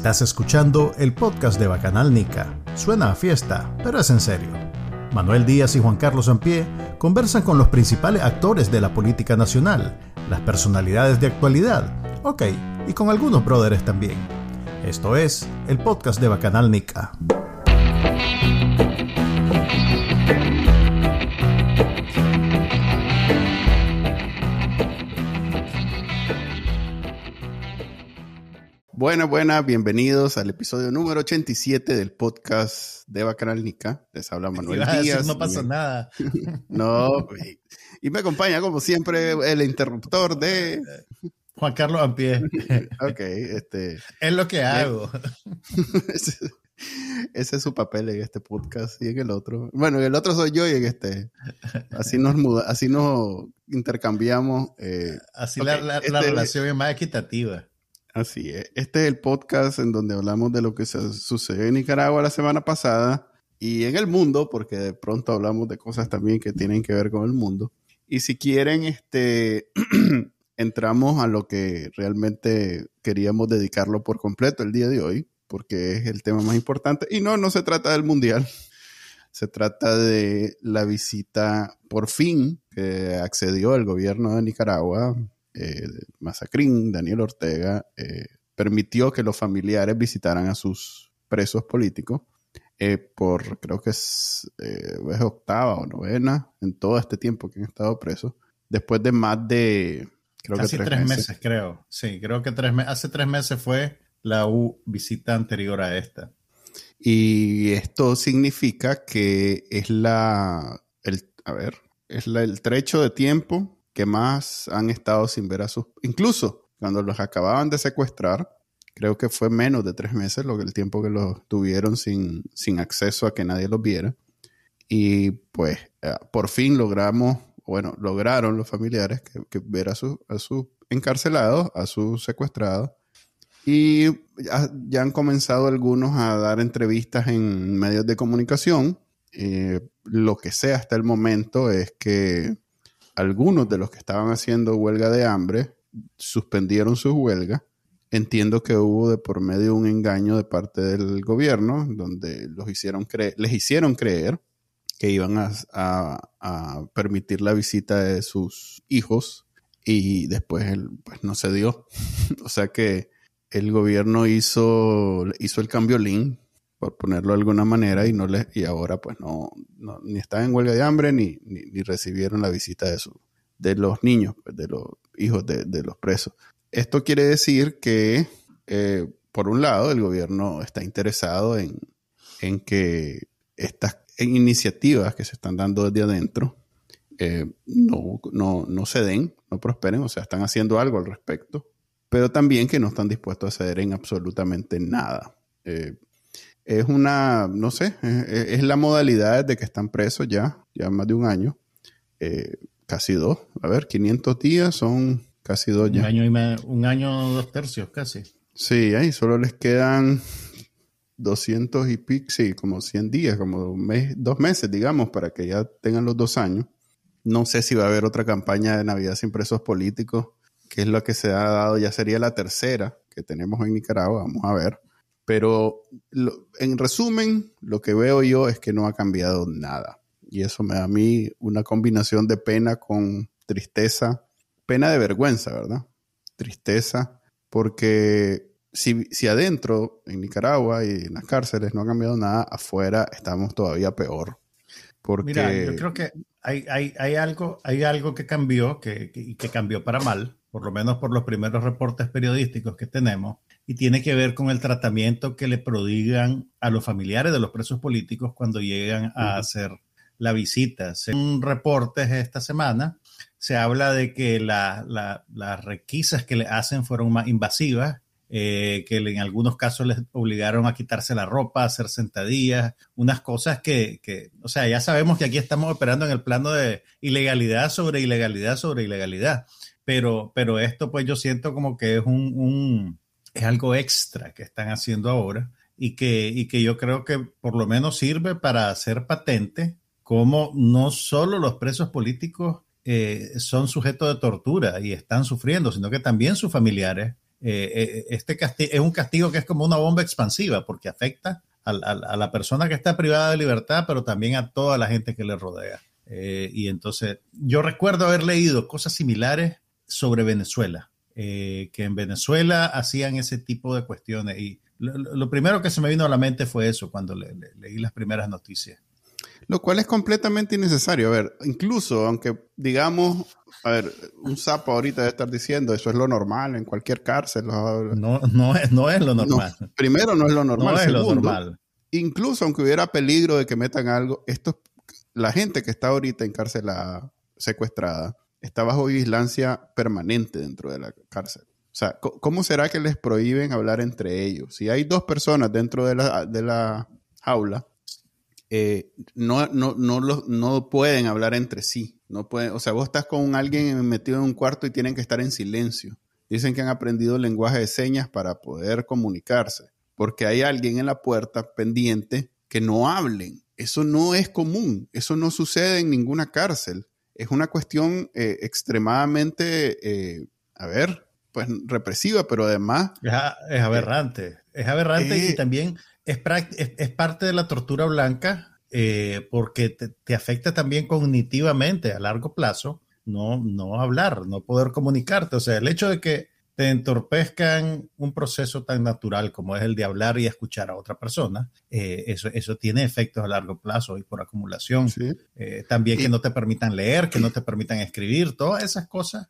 Estás escuchando el podcast de Bacanal Nica. Suena a fiesta, pero es en serio. Manuel Díaz y Juan Carlos Sampié conversan con los principales actores de la política nacional, las personalidades de actualidad, y con algunos brothers también. Esto es el podcast de Bacanal Nica. Buenas, bienvenidos al episodio número 87 del podcast de Bacanal Nica. Les habla Manuel Díaz. No pasó nada. No, y me acompaña como siempre el interruptor de... Juan Carlos Sampié. Ok, Es lo que hago. Ese es su papel en este podcast y en el otro. Bueno, en el otro soy yo y en este. Así nos intercambiamos. Así la relación es más equitativa. Así es. Este es el podcast en donde hablamos de lo que sucedió en Nicaragua la semana pasada y en el mundo, porque de pronto hablamos de cosas también que tienen que ver con el mundo. Y si quieren, entramos a lo que realmente queríamos dedicarlo por completo el día de hoy, porque es el tema más importante. Y no se trata del mundial. Se trata de la visita, por fin, que accedió el gobierno de Nicaragua, Masacrín, Daniel Ortega, permitió que los familiares visitaran a sus presos políticos por, creo que es octava o novena en todo este tiempo que han estado presos, después de más de, creo casi que 3 meses, creo. Sí, creo que hace 3 meses fue la visita anterior a esta. Y esto significa que es el trecho de tiempo que más han estado sin ver a sus... Incluso cuando los acababan de secuestrar, creo que fue menos de 3 meses el tiempo que los tuvieron sin acceso a que nadie los viera. Y pues por fin lograron los familiares que ver a sus encarcelados, a sus secuestrados. Y ya han comenzado algunos a dar entrevistas en medios de comunicación. Lo que sé hasta el momento es que algunos de los que estaban haciendo huelga de hambre suspendieron su huelga. Entiendo que hubo de por medio un engaño de parte del gobierno, donde les hicieron creer que iban a permitir la visita de sus hijos y después pues no se dio. O sea que el gobierno hizo el cambio lean, por ponerlo de alguna manera, y ahora pues no ni están en huelga de hambre ni recibieron la visita de los niños, pues, de los hijos de los presos. Esto quiere decir que por un lado el gobierno está interesado en que estas iniciativas que se están dando desde adentro no se den, no prosperen, o sea, están haciendo algo al respecto, pero también que no están dispuestos a ceder en absolutamente nada. Es es la modalidad de que están presos ya más de un año, casi 2. 500 días son casi 2 ya. Un año 2 tercios casi. Sí, ahí solo les quedan 200 y pico, sí, como 100 días, como 2 meses, digamos, para que ya tengan los 2 años. No sé si va a haber otra campaña de Navidad sin presos políticos, que es lo que se ha dado, ya sería la tercera que tenemos en Nicaragua, vamos a ver. Pero en resumen, lo que veo yo es que no ha cambiado nada. Y eso me da a mí una combinación de pena con tristeza. Pena de vergüenza, ¿verdad? Tristeza, porque si adentro, en Nicaragua y en las cárceles no ha cambiado nada, afuera estamos todavía peor. Porque... Mira, yo creo que hay algo que cambió, que cambió para mal, por lo menos por los primeros reportes periodísticos que tenemos, y tiene que ver con el tratamiento que le prodigan a los familiares de los presos políticos cuando llegan a hacer la visita. Según reportes esta semana, se habla de que las requisas que le hacen fueron más invasivas, que en algunos casos les obligaron a quitarse la ropa, a hacer sentadillas, unas cosas que, o sea, ya sabemos que aquí estamos operando en el plano de ilegalidad sobre ilegalidad sobre ilegalidad, pero esto pues yo siento como que es algo extra que están haciendo ahora y que yo creo que por lo menos sirve para hacer patente cómo no solo los presos políticos son sujetos de tortura y están sufriendo, sino que también sus familiares Este castigo es un castigo que es como una bomba expansiva porque afecta a la persona que está privada de libertad, pero también a toda la gente que le rodea. Y entonces yo recuerdo haber leído cosas similares sobre Venezuela, que en Venezuela hacían ese tipo de cuestiones. Y lo primero que se me vino a la mente fue eso cuando leí las primeras noticias. Lo cual es completamente innecesario. A ver, incluso aunque digamos, a ver, un sapo ahorita debe estar diciendo eso es lo normal en cualquier cárcel. No es lo normal. No, primero, no es lo normal. No es Segundo, lo normal. Incluso aunque hubiera peligro de que metan algo, la gente que está ahorita encarcelada, secuestrada, está bajo vigilancia permanente dentro de la cárcel. O sea, ¿cómo será que les prohíben hablar entre ellos? Si hay 2 personas dentro de la jaula, no pueden hablar entre sí. No pueden, o sea, vos estás con alguien metido en un cuarto y tienen que estar en silencio. Dicen que han aprendido el lenguaje de señas para poder comunicarse, porque hay alguien en la puerta pendiente que no hablen. Eso no es común. Eso no sucede en ninguna cárcel. Es una cuestión extremadamente, pues represiva, pero además... Es aberrante. Es aberrante y también es parte de la tortura blanca porque te afecta también cognitivamente a largo plazo no hablar, no poder comunicarte. O sea, el hecho de que te entorpezcan un proceso tan natural como es el de hablar y escuchar a otra persona, eso tiene efectos a largo plazo y por acumulación. Sí. También que no te permitan leer, que no te permitan escribir, todas esas cosas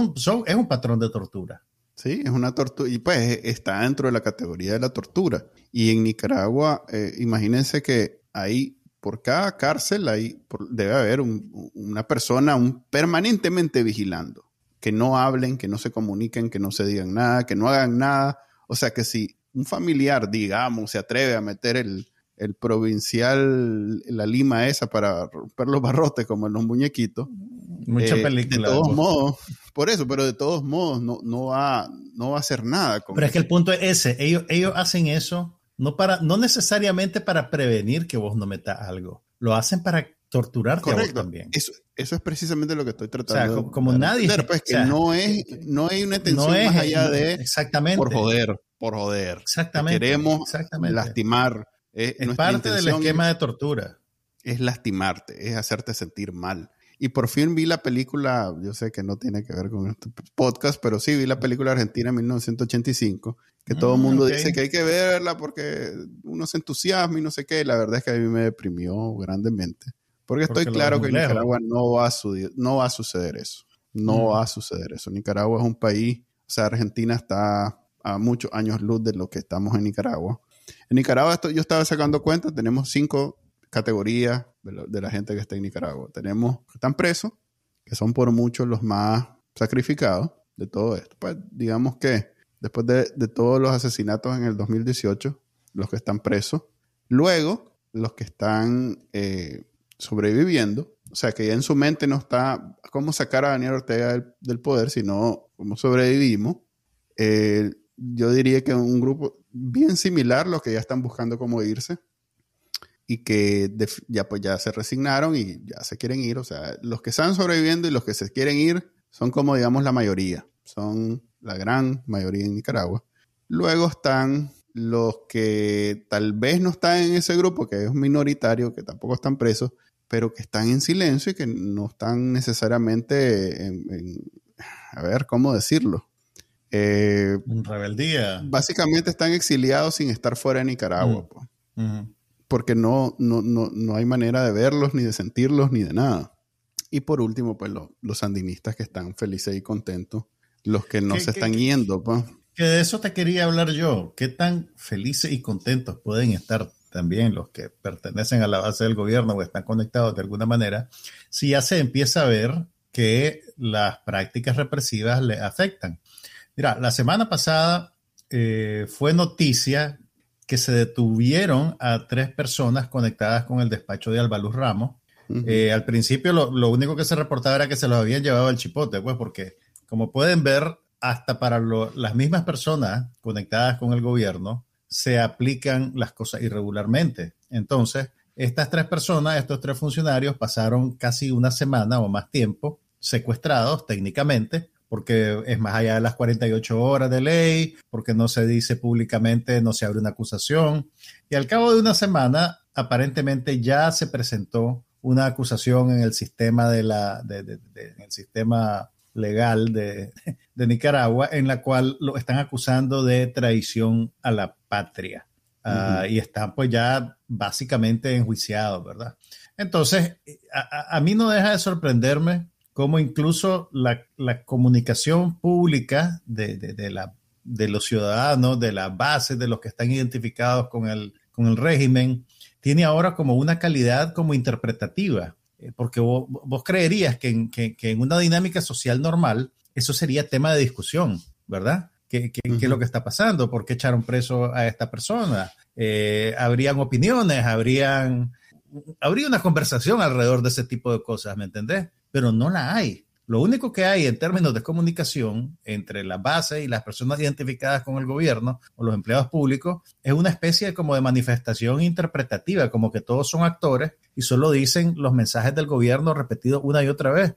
es un patrón de tortura. Sí, es una tortura y pues está dentro de la categoría de la tortura. Y en Nicaragua, imagínense que por cada cárcel debe haber una persona permanentemente vigilando. Que no hablen, que no se comuniquen, que no se digan nada, que no hagan nada. O sea que si un familiar, digamos, se atreve a meter el provincial, la lima esa para romper los barrotes como en los muñequitos. Mucha película. De todos modos, por eso, pero de todos modos no va a hacer nada. Pero es que el punto es ese. Ellos hacen eso no necesariamente para prevenir que vos no metas algo. Lo hacen para torturarte. Correcto. A vos también. Eso es precisamente lo que estoy tratando. O sea, como nadie. Pues que no hay una intención más allá de exactamente. Por joder. Exactamente. Queremos lastimar. Es parte del esquema de tortura. Es lastimarte, es hacerte sentir mal. Y por fin vi la película, yo sé que no tiene que ver con este podcast, pero sí vi la película argentina en 1985, que todo el mundo dice que hay que verla porque uno se entusiasma y no sé qué. La verdad es que a mí me deprimió grandemente. Porque estoy claro que en Nicaragua no va a suceder eso. No va a suceder eso. Nicaragua es un país, o sea, Argentina está a muchos años luz de lo que estamos en Nicaragua. En Nicaragua yo estaba sacando cuentas, tenemos 5 categorías de la gente que está en Nicaragua. Tenemos que están presos, que son por mucho los más sacrificados de todo esto. Pues digamos que después de todos los asesinatos en el 2018, los que están presos. Luego, los que están sobreviviendo. O sea, que ya en su mente no está cómo sacar a Daniel Ortega del poder, sino cómo sobrevivimos. Yo diría que un grupo bien similar, los que ya están buscando cómo irse y que ya se resignaron y ya se quieren ir. O sea, los que están sobreviviendo y los que se quieren ir son como, digamos, la mayoría. Son la gran mayoría en Nicaragua. Luego están los que tal vez no están en ese grupo, que es minoritario, que tampoco están presos, pero que están en silencio y que no están necesariamente a ver, ¿cómo decirlo? Rebeldía. Básicamente están exiliados sin estar fuera de Nicaragua. Porque no hay manera de verlos, ni de sentirlos, ni de nada. Y por último, pues los sandinistas que están felices y contentos, los que no se están yendo. Pues. Que de eso te quería hablar yo. ¿Qué tan felices y contentos pueden estar también los que pertenecen a la base del gobierno o están conectados de alguna manera si ya se empieza a ver que las prácticas represivas le afectan? Mira, la semana pasada fue noticia que se detuvieron a 3 personas conectadas con el despacho de Alba Luz Ramos. Al principio lo único que se reportaba era que se los habían llevado al chipote, pues porque como pueden ver, hasta para las mismas personas conectadas con el gobierno se aplican las cosas irregularmente. Entonces, estas 3 personas, estos 3 funcionarios pasaron casi una semana o más tiempo secuestrados técnicamente porque es más allá de las 48 horas de ley, porque no se dice públicamente, no se abre una acusación. Y al cabo de una semana, aparentemente ya se presentó una acusación en el sistema en el sistema legal de Nicaragua, en la cual lo están acusando de traición a la patria. Y están pues ya básicamente enjuiciados, ¿verdad? Entonces, a mí no deja de sorprenderme cómo incluso la comunicación pública de los ciudadanos, de las bases, de los que están identificados con el régimen, tiene ahora como una calidad como interpretativa, porque vos creerías que en una dinámica social normal eso sería tema de discusión, ¿verdad? ¿Qué es lo que está pasando? ¿Por qué echaron preso a esta persona? Habrían opiniones, habría una conversación alrededor de ese tipo de cosas, ¿me entendés? Pero no la hay. Lo único que hay en términos de comunicación entre la base y las personas identificadas con el gobierno o los empleados públicos es una especie como de manifestación interpretativa, como que todos son actores y solo dicen los mensajes del gobierno repetidos una y otra vez.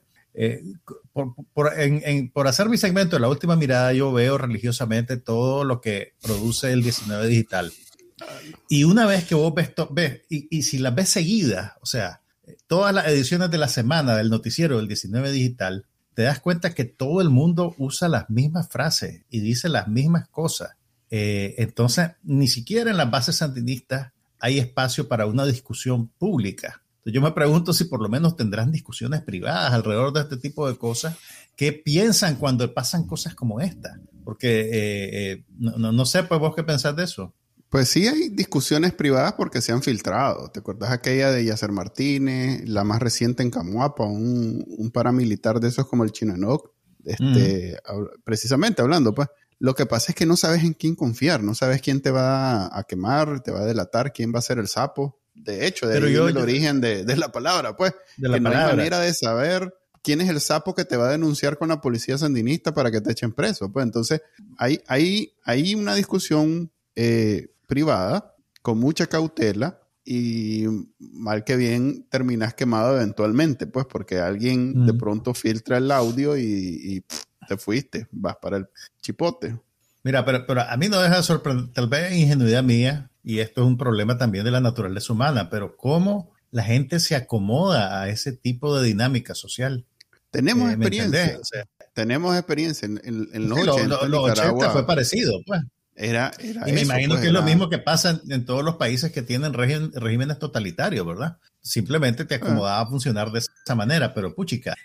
Por hacer mi segmento de La Última Mirada, yo veo religiosamente todo lo que produce el 19 Digital. Y una vez que vos ves y si las ves seguidas, o sea, todas las ediciones de la semana del noticiero del 19 Digital, te das cuenta que todo el mundo usa las mismas frases y dice las mismas cosas. Entonces, ni siquiera en las bases sandinistas hay espacio para una discusión pública. Yo me pregunto si por lo menos tendrán discusiones privadas alrededor de este tipo de cosas. ¿Qué piensan cuando pasan cosas como esta? Porque no sé, pues vos qué pensás de eso. Pues sí hay discusiones privadas porque se han filtrado. ¿Te acuerdas aquella de Yasser Martínez? La más reciente en Camuapa, un paramilitar de esos como el Chino Enoch. Precisamente hablando, pues. Lo que pasa es que no sabes en quién confiar. No sabes quién te va a quemar, te va a delatar, quién va a ser el sapo. De hecho, de ahí viene el origen de la palabra, pues. No hay manera de saber quién es el sapo que te va a denunciar con la policía sandinista para que te echen preso, pues. Entonces, hay una discusión privada, con mucha cautela, y mal que bien terminas quemado eventualmente, pues, porque alguien de pronto filtra el audio y te fuiste, vas para el chipote. Mira, pero a mí no deja de sorprender, tal vez ingenuidad mía, y esto es un problema también de la naturaleza humana, pero cómo la gente se acomoda a ese tipo de dinámica social. Tenemos experiencia. O sea, tenemos experiencia. En los 80, los 80 fue parecido, pues. Era y me imagino pues, que es lo mismo que pasa en todos los países que tienen regímenes totalitarios, ¿verdad? Simplemente te acomodaba a funcionar de esa manera, pero puchica,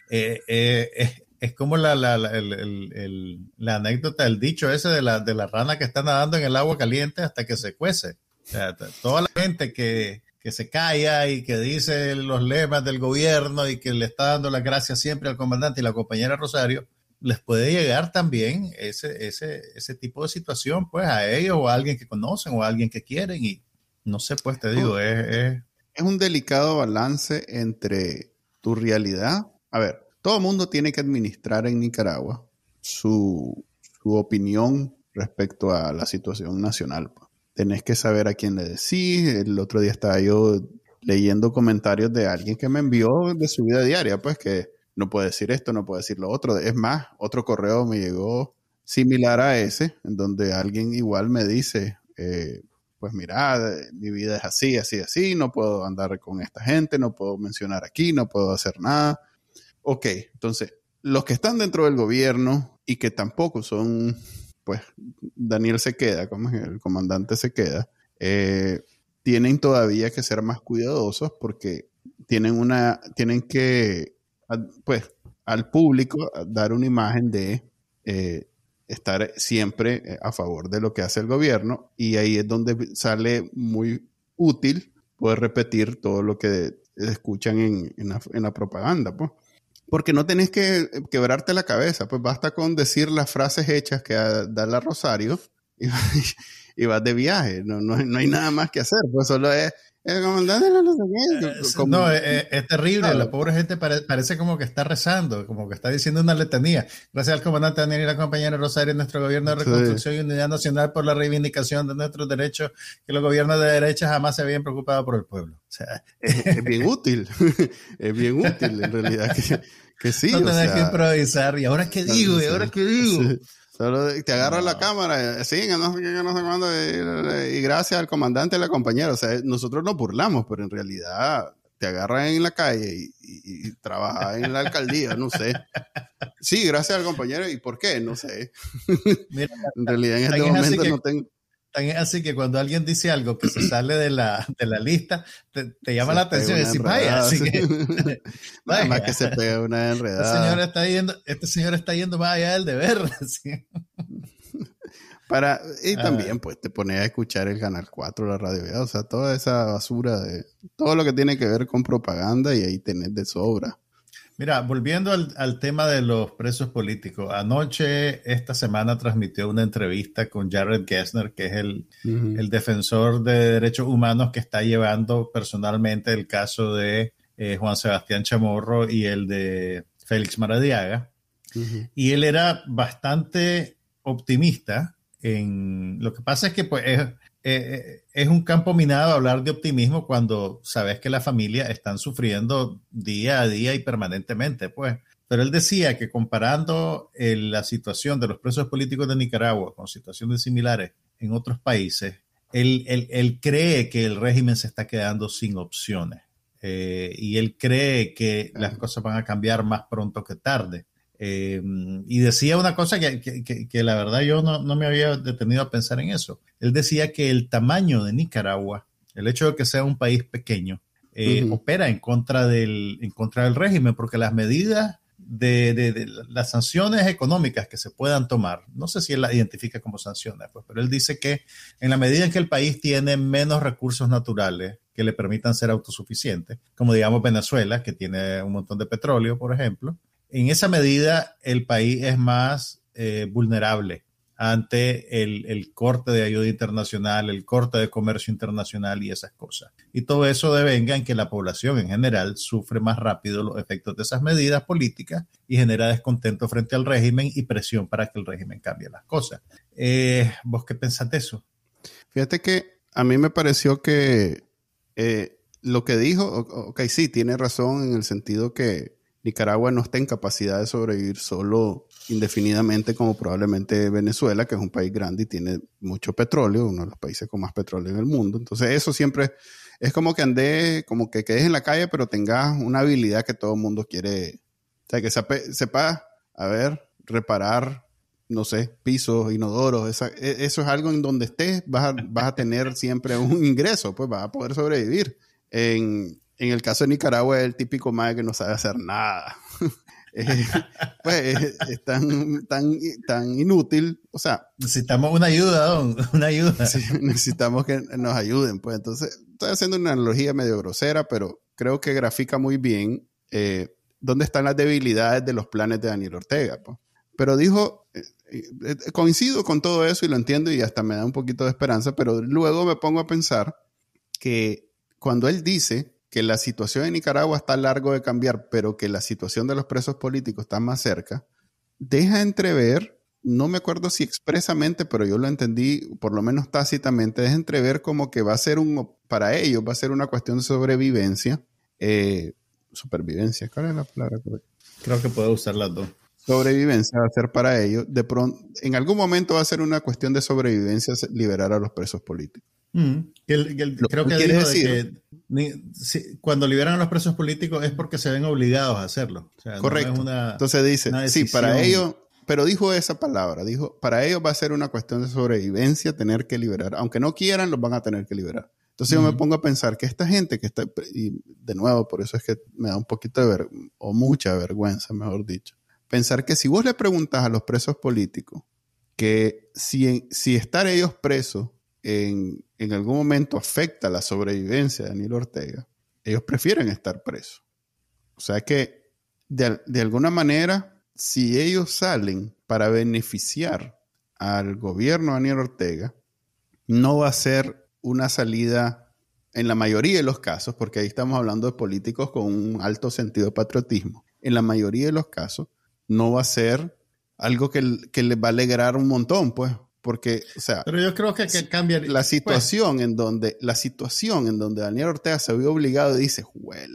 es como la anécdota, el dicho ese de la rana que está nadando en el agua caliente hasta que se cuece. O sea, toda la gente que se calla y que dice los lemas del gobierno y que le está dando las gracias siempre al comandante y la compañera Rosario, les puede llegar también ese tipo de situación, pues, a ellos o a alguien que conocen o a alguien que quieren. Y no sé, pues, te digo, es un delicado balance entre tu realidad. A ver, todo el mundo tiene que administrar en Nicaragua su opinión respecto a la situación nacional, pues. Tenés que saber a quién le decís. El otro día estaba yo leyendo comentarios de alguien que me envió de su vida diaria, pues, que no puede decir esto, no puede decir lo otro. Es más, otro correo me llegó similar a ese, en donde alguien igual me dice, pues mira, mi vida es así, así, así, no puedo andar con esta gente, no puedo mencionar aquí, no puedo hacer nada. Ok, entonces, los que están dentro del gobierno y que tampoco son, pues, Daniel Sequeda, como es el comandante Sequeda, tienen todavía que ser más cuidadosos porque tienen que, pues, al público dar una imagen de estar siempre a favor de lo que hace el gobierno, y ahí es donde sale muy útil poder repetir todo lo que escuchan en la propaganda, pues. Porque no tenés que quebrarte la cabeza, pues basta con decir las frases hechas que da la Rosario y vas de viaje. No hay nada más que hacer, pues solo es el comandante es terrible. Claro. La pobre gente parece como que está rezando, como que está diciendo una letanía. Gracias al comandante Daniel y la compañera Rosario, nuestro gobierno de reconstrucción y unidad nacional, por la reivindicación de nuestros derechos, que los gobiernos de derecha jamás se habían preocupado por el pueblo. O sea, es bien útil, es bien útil en realidad Que sí, no o tenés sea, que improvisar. ¿Y ahora qué digo? ¿Y ahora qué digo? Sí. Solo te agarras la No. cámara, sí, no sé qué, no sé cuándo, y gracias al comandante y a la compañera. O sea, nosotros nos burlamos, pero en realidad te agarran en la calle y trabajas en la alcaldía, no sé. Sí, gracias al compañero. ¿Y por qué? No sé. Mira, En realidad en este tan es así momento que no tengo... tan es así que cuando alguien dice algo que se sale de la lista, te llama Se la pega atención y una decís, vaya, enredada. así que Nada más que vaya, se pega una enredada. este señor está yendo más allá del deber. Así. Y Ah, también pues te pones a escuchar el Canal 4, la radio, ¿verdad? O sea, toda esa basura de todo lo que tiene que ver con propaganda y ahí tenés de sobra. mira, volviendo al tema de los presos políticos, anoche, esta semana, transmitió una entrevista con Jared Gessner, que es Uh-huh. el defensor de derechos humanos que está llevando personalmente el caso de Juan Sebastián Chamorro y el de Félix Maradiaga. Uh-huh. Y él era bastante optimista. Lo que pasa es que pues, es un campo minado hablar de optimismo cuando sabes que las familias están sufriendo día a día y permanentemente, pues. Pero él decía que comparando la situación de los presos políticos de Nicaragua con situaciones similares en otros países, él cree que el régimen se está quedando sin opciones. Y él cree que las cosas van a cambiar más pronto que tarde. Y decía una cosa que la verdad yo no me había detenido a pensar en eso. Él decía que el tamaño de Nicaragua, el hecho de que sea un país pequeño, Uh-huh. opera en contra del régimen, porque las medidas de las sanciones económicas que se puedan tomar, no sé si él las identifica como sanciones, pues, pero él dice que en la medida en que el país tiene menos recursos naturales que le permitan ser autosuficiente, como digamos Venezuela, que tiene un montón de petróleo, por ejemplo, en esa medida el país es más vulnerable ante el corte de ayuda internacional, el corte de comercio internacional y esas cosas. Y todo eso devenga en que la población en general sufre más rápido los efectos de esas medidas políticas y genera descontento frente al régimen y presión para que el régimen cambie las cosas. ¿Vos qué pensás de eso? Fíjate que a mí me pareció que lo que dijo, ok, sí, tiene razón en el sentido que Nicaragua no está en capacidad de sobrevivir solo indefinidamente como probablemente Venezuela, que es un país grande y tiene mucho petróleo, uno de los países con más petróleo en el mundo. Entonces eso siempre es como que andes, como que quedes en la calle, pero tengas una habilidad que todo el mundo quiere. O sea, que sepa, a ver, reparar, no sé, pisos, inodoros. Eso es algo en donde estés, vas a tener siempre un ingreso, pues vas a poder sobrevivir. En el caso de Nicaragua es el típico mae que no sabe hacer nada. Pues es tan inútil. O sea, necesitamos una ayuda, don, una ayuda. Sí, necesitamos que nos ayuden. Pues entonces, estoy haciendo una analogía medio grosera, pero creo que grafica muy bien dónde están las debilidades de los planes de Daniel Ortega. Pues. Pero dijo, coincido con todo eso y lo entiendo y hasta me da un poquito de esperanza, pero luego me pongo a pensar que cuando él dice que la situación en Nicaragua está largo de cambiar, pero que la situación de los presos políticos está más cerca, deja entrever, no me acuerdo si expresamente, pero yo lo entendí, por lo menos tácitamente, deja entrever como que va a ser para ellos va a ser una cuestión de sobrevivencia. Supervivencia, ¿cuál es la palabra correcta? Creo que puedo usar las dos. Sobrevivencia va a ser para ellos. De pronto, en algún momento va a ser una cuestión de sobrevivencia liberar a los presos políticos. Creo que quiere dijo decir, de que cuando liberan a los presos políticos es porque se ven obligados a hacerlo. O sea, correcto. No es Entonces dice, una sí, decisión. para ellos, pero dijo esa palabra, dijo, para ellos va a ser una cuestión de sobrevivencia tener que liberar. Aunque no quieran, los van a tener que liberar. Entonces yo me pongo a pensar que esta gente que está, y de nuevo, por eso es que me da un poquito de o mucha vergüenza, mejor dicho, pensar que si vos le preguntas a los presos políticos que si estar ellos presos en algún momento afecta la sobrevivencia de Daniel Ortega, ellos prefieren estar presos. O sea que de alguna manera, si ellos salen para beneficiar al gobierno de Daniel Ortega, no va a ser una salida en la mayoría de los casos, porque ahí estamos hablando de políticos con un alto sentido de patriotismo. En la mayoría de los casos, no va a ser algo que les va a alegrar un montón, pues. Porque, o sea, pero yo creo que cambia la situación en donde Daniel Ortega se vio obligado y dice, juela,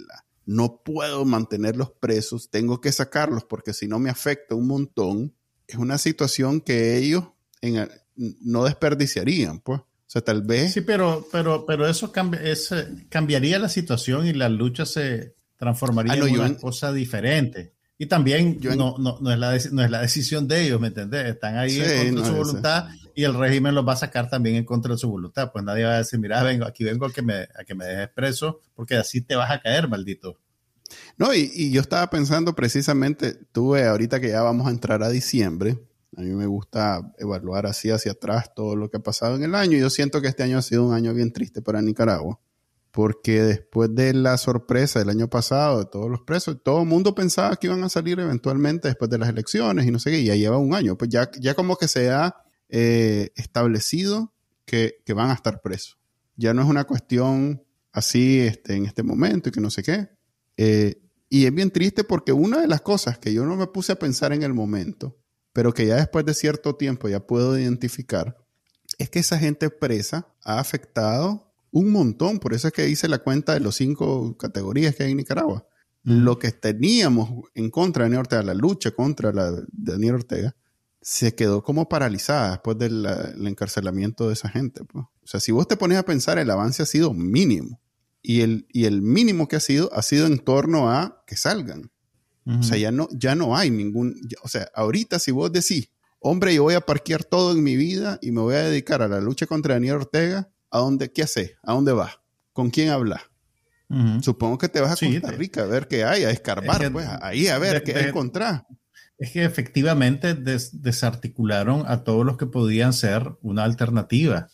no puedo mantenerlos presos, tengo que sacarlos porque si no me afecta un montón, es una situación que ellos no desperdiciarían, pues. O sea, tal vez... Sí, pero eso cambiaría la situación y la lucha se transformaría en una cosa diferente. Y también no es la decisión de ellos, ¿me entendés? Están ahí en contra de su voluntad y el régimen los va a sacar también en contra de su voluntad. Pues nadie va a decir, mira, aquí vengo a que me dejes preso porque así te vas a caer, maldito. No, y yo estaba pensando precisamente, ahorita que ya vamos a entrar a diciembre, a mí me gusta evaluar así hacia atrás todo lo que ha pasado en el año. Yo siento que este año ha sido un año bien triste para Nicaragua, porque después de la sorpresa del año pasado, de todos los presos, todo el mundo pensaba que iban a salir eventualmente después de las elecciones y no sé qué, y ya lleva un año. Pues ya como que se ha establecido que van a estar presos. Ya no es una cuestión así en este momento y que no sé qué. Y es bien triste porque una de las cosas que yo no me puse a pensar en el momento, pero que ya después de cierto tiempo ya puedo identificar, es que esa gente presa ha afectado un montón. Por eso es que hice la cuenta de los 5 categorías que hay en Nicaragua. Lo que teníamos en contra de Daniel Ortega, la lucha contra Daniel Ortega, se quedó como paralizada después del encarcelamiento de esa gente, pues. O sea, si vos te pones a pensar, el avance ha sido mínimo. Y el mínimo que ha sido en torno a que salgan. O sea, ya no hay o sea, ahorita si vos decís, hombre, yo voy a parquear todo en mi vida y me voy a dedicar a la lucha contra Daniel Ortega, ¿qué haces? ¿A dónde vas? ¿Con quién hablas? Supongo que te vas a Costa Rica a ver qué hay, a escarbar, pues, ahí a ver qué encontrás. Es que efectivamente desarticularon a todos los que podían ser una alternativa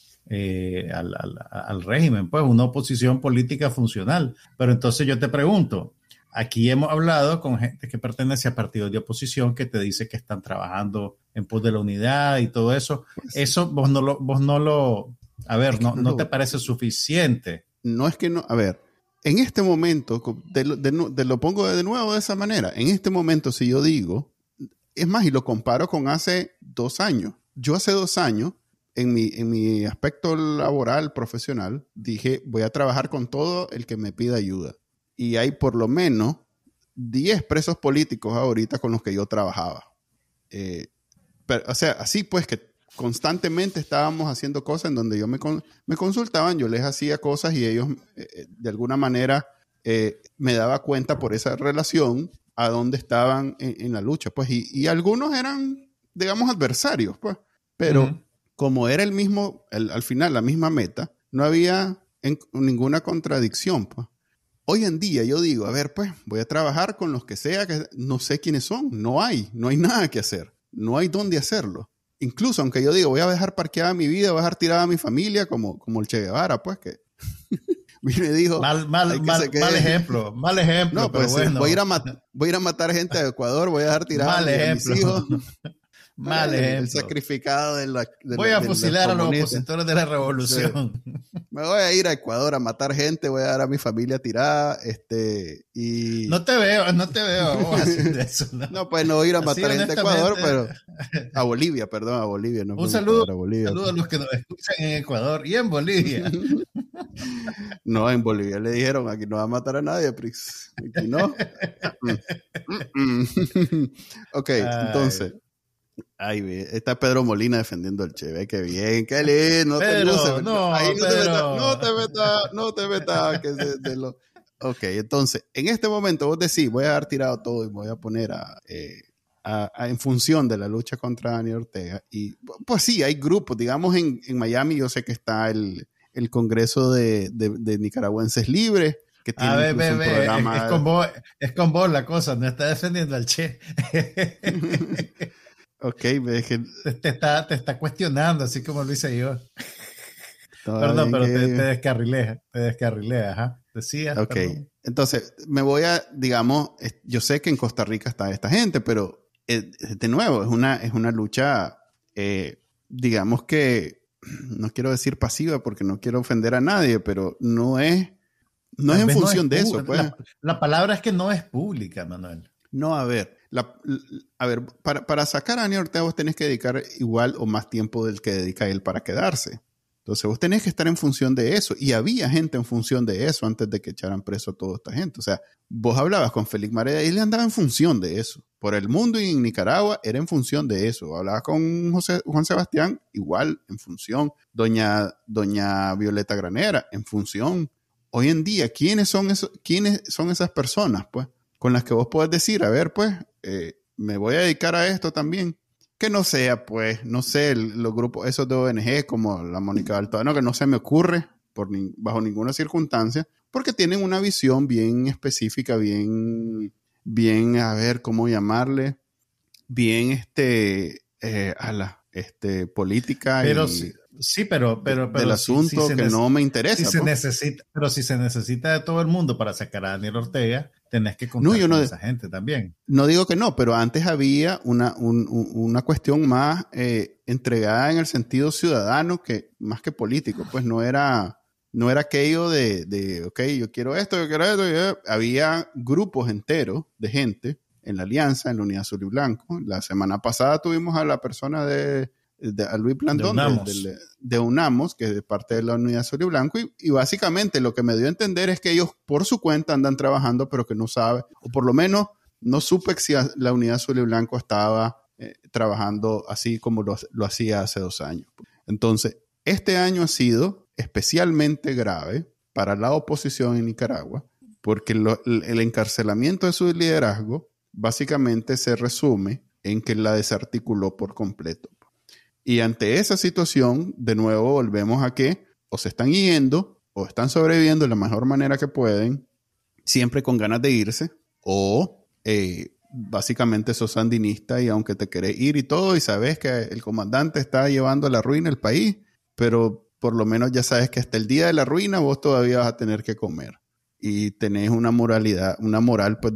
al régimen, pues una oposición política funcional. Pero entonces yo te pregunto, aquí hemos hablado con gente que pertenece a partidos de oposición que te dice que están trabajando en pos de la unidad y todo eso. Pues, eso vos no lo, a ver, no te parece suficiente. No es que no, a ver, en este momento, lo pongo de nuevo de esa manera, en este momento si yo digo, es más, y lo comparo con hace 2 años. Yo hace 2 años, en mi aspecto laboral, profesional, dije, voy a trabajar con todo el que me pida ayuda. Y hay por lo menos 10 presos políticos ahorita con los que yo trabajaba. Pero, o sea, así pues que constantemente estábamos haciendo cosas en donde me consultaban, yo les hacía cosas y ellos de alguna manera me daba cuenta por esa relación a dónde estaban en la lucha. Pues, y algunos eran, digamos, adversarios, pues. Pero como era el mismo, al final la misma meta, no había ninguna contradicción, pues. Hoy en día yo digo, a ver, pues voy a trabajar con los que sea, que no sé quiénes son, no hay nada que hacer, no hay dónde hacerlo. Incluso aunque yo digo, voy a dejar parqueada mi vida, voy a dejar tirada a mi familia, como el Che Guevara, pues que me dijo... Mal ejemplo. No, pues pero bueno. voy a ir a matar gente de Ecuador, voy a dejar tirada a mis hijos. Mal ejemplo. El sacrificado voy a fusilar a los opositores de la revolución. Sí. Me voy a ir a Ecuador a matar gente, voy a dar a mi familia tirada, y... No te veo vos haciendo eso, ¿no? No, pues no voy a ir a matar gente a Ecuador, pero... A Bolivia, no. Un saludo a los que nos escuchan en Ecuador y en Bolivia. No, en Bolivia le dijeron, aquí no va a matar a nadie, Prix. Aquí no. Ok, entonces... Ay, está Pedro Molina defendiendo al Che, qué bien, qué lindo. No te metas. Ok, entonces, en este momento vos decís, voy a dar tirado todo y me voy a poner en función de la lucha contra Daniel Ortega. Y pues sí, hay grupos, digamos en Miami yo sé que está el Congreso de Nicaragüenses Libres, que tiene un programa... Es con vos la cosa, no está defendiendo al Che. Ok, te está cuestionando, así como lo hice yo. Perdón, pero te descarrilé, ajá. Decía. Ok, perdón. Entonces me voy digamos, yo sé que en Costa Rica está esta gente, pero de nuevo, es una lucha, digamos que, no quiero decir pasiva porque no quiero ofender a nadie, pero no es en función de eso. Pues. La palabra es que no es pública, Manuel. No, a ver, para sacar a Daniel Ortega vos tenés que dedicar igual o más tiempo del que dedica él para quedarse. Entonces vos tenés que estar en función de eso. Y había gente en función de eso antes de que echaran preso a toda esta gente. O sea, vos hablabas con Félix Marea y él andaba en función de eso. Por el mundo y en Nicaragua era en función de eso. Hablabas con Juan Sebastián, igual, en función. Doña Violeta Granera, en función. Hoy en día, ¿quiénes son esas personas, pues? Con las que vos podés decir, a ver, pues, me voy a dedicar a esto también. Que no sea, pues, no sé, los grupos esos de ONG como la Mónica Baltodano, que no se me ocurre bajo ninguna circunstancia, porque tienen una visión bien específica, bien, a ver, ¿cómo llamarle? Bien, política Pero y sí, pero del asunto que no me interesa. Pero si se necesita de todo el mundo para sacar a Daniel Ortega, tenés que contar con esa gente también. No digo que no, pero antes había una cuestión más entregada en el sentido ciudadano que más que político. Pues no era aquello de ok, yo quiero esto. Había grupos enteros de gente en la Alianza, en la Unidad Azul y Blanco. La semana pasada tuvimos a la persona a Luis Blandón de UNAMOS, que es parte de la Unidad Azul y Blanco, y básicamente lo que me dio a entender es que ellos por su cuenta andan trabajando, pero que no sabe, o por lo menos no supe si la Unidad Azul y Blanco estaba trabajando así como lo hacía hace 2 años. Entonces, este año ha sido especialmente grave para la oposición en Nicaragua, porque el encarcelamiento de su liderazgo básicamente se resume en que la desarticuló por completo. Y ante esa situación, de nuevo volvemos a que o se están yendo o están sobreviviendo de la mejor manera que pueden, siempre con ganas de irse, o básicamente sos sandinista y aunque te querés ir y todo, y sabes que el comandante está llevando a la ruina el país, pero por lo menos ya sabes que hasta el día de la ruina vos todavía vas a tener que comer. Y tenés una moral pues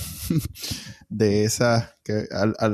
de esa que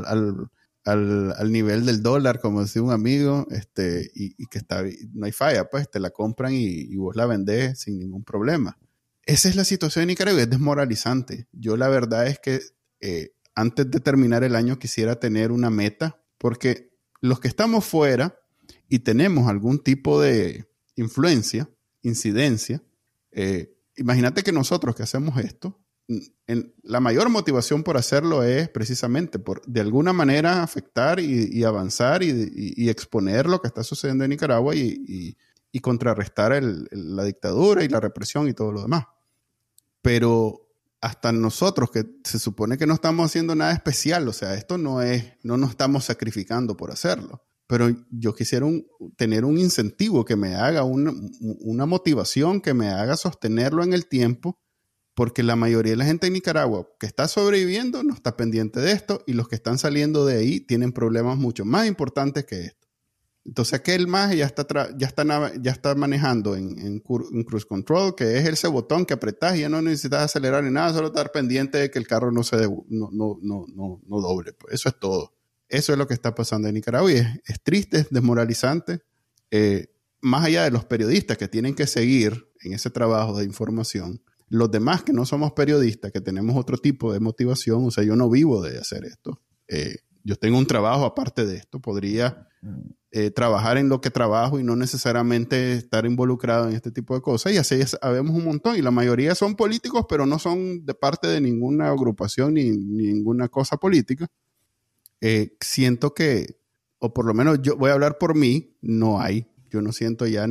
al nivel del dólar, como decía un amigo, y que no hay falla, pues te la compran y vos la vendés sin ningún problema. Esa es la situación en Nicaragua, es desmoralizante. Yo la verdad es que antes de terminar el año quisiera tener una meta, porque los que estamos fuera y tenemos algún tipo de influencia, incidencia, imagínate que nosotros que hacemos esto, la mayor motivación por hacerlo es precisamente por de alguna manera afectar y avanzar y exponer lo que está sucediendo en Nicaragua y contrarrestar la dictadura y la represión y todo lo demás. Pero hasta nosotros que se supone que no estamos haciendo nada especial, o sea, esto no nos estamos sacrificando por hacerlo. Pero yo quisiera tener un incentivo que me haga una motivación que me haga sostenerlo en el tiempo, porque la mayoría de la gente en Nicaragua que está sobreviviendo no está pendiente de esto y los que están saliendo de ahí tienen problemas mucho más importantes que esto. Entonces aquel más ya está manejando en cruise control, que es ese botón que apretás y ya no necesitas acelerar ni nada, solo estar pendiente de que el carro no doble. Pues eso es todo. Eso es lo que está pasando en Nicaragua y es triste, es desmoralizante. Más allá de los periodistas que tienen que seguir en ese trabajo de información, los demás que no somos periodistas, que tenemos otro tipo de motivación, o sea, yo no vivo de hacer esto. Yo tengo un trabajo aparte de esto, podría trabajar en lo que trabajo y no necesariamente estar involucrado en este tipo de cosas, y así sabemos un montón, y la mayoría son políticos, pero no son de parte de ninguna agrupación ni ninguna cosa política. Siento que, o por lo menos yo voy a hablar por mí, yo no siento ya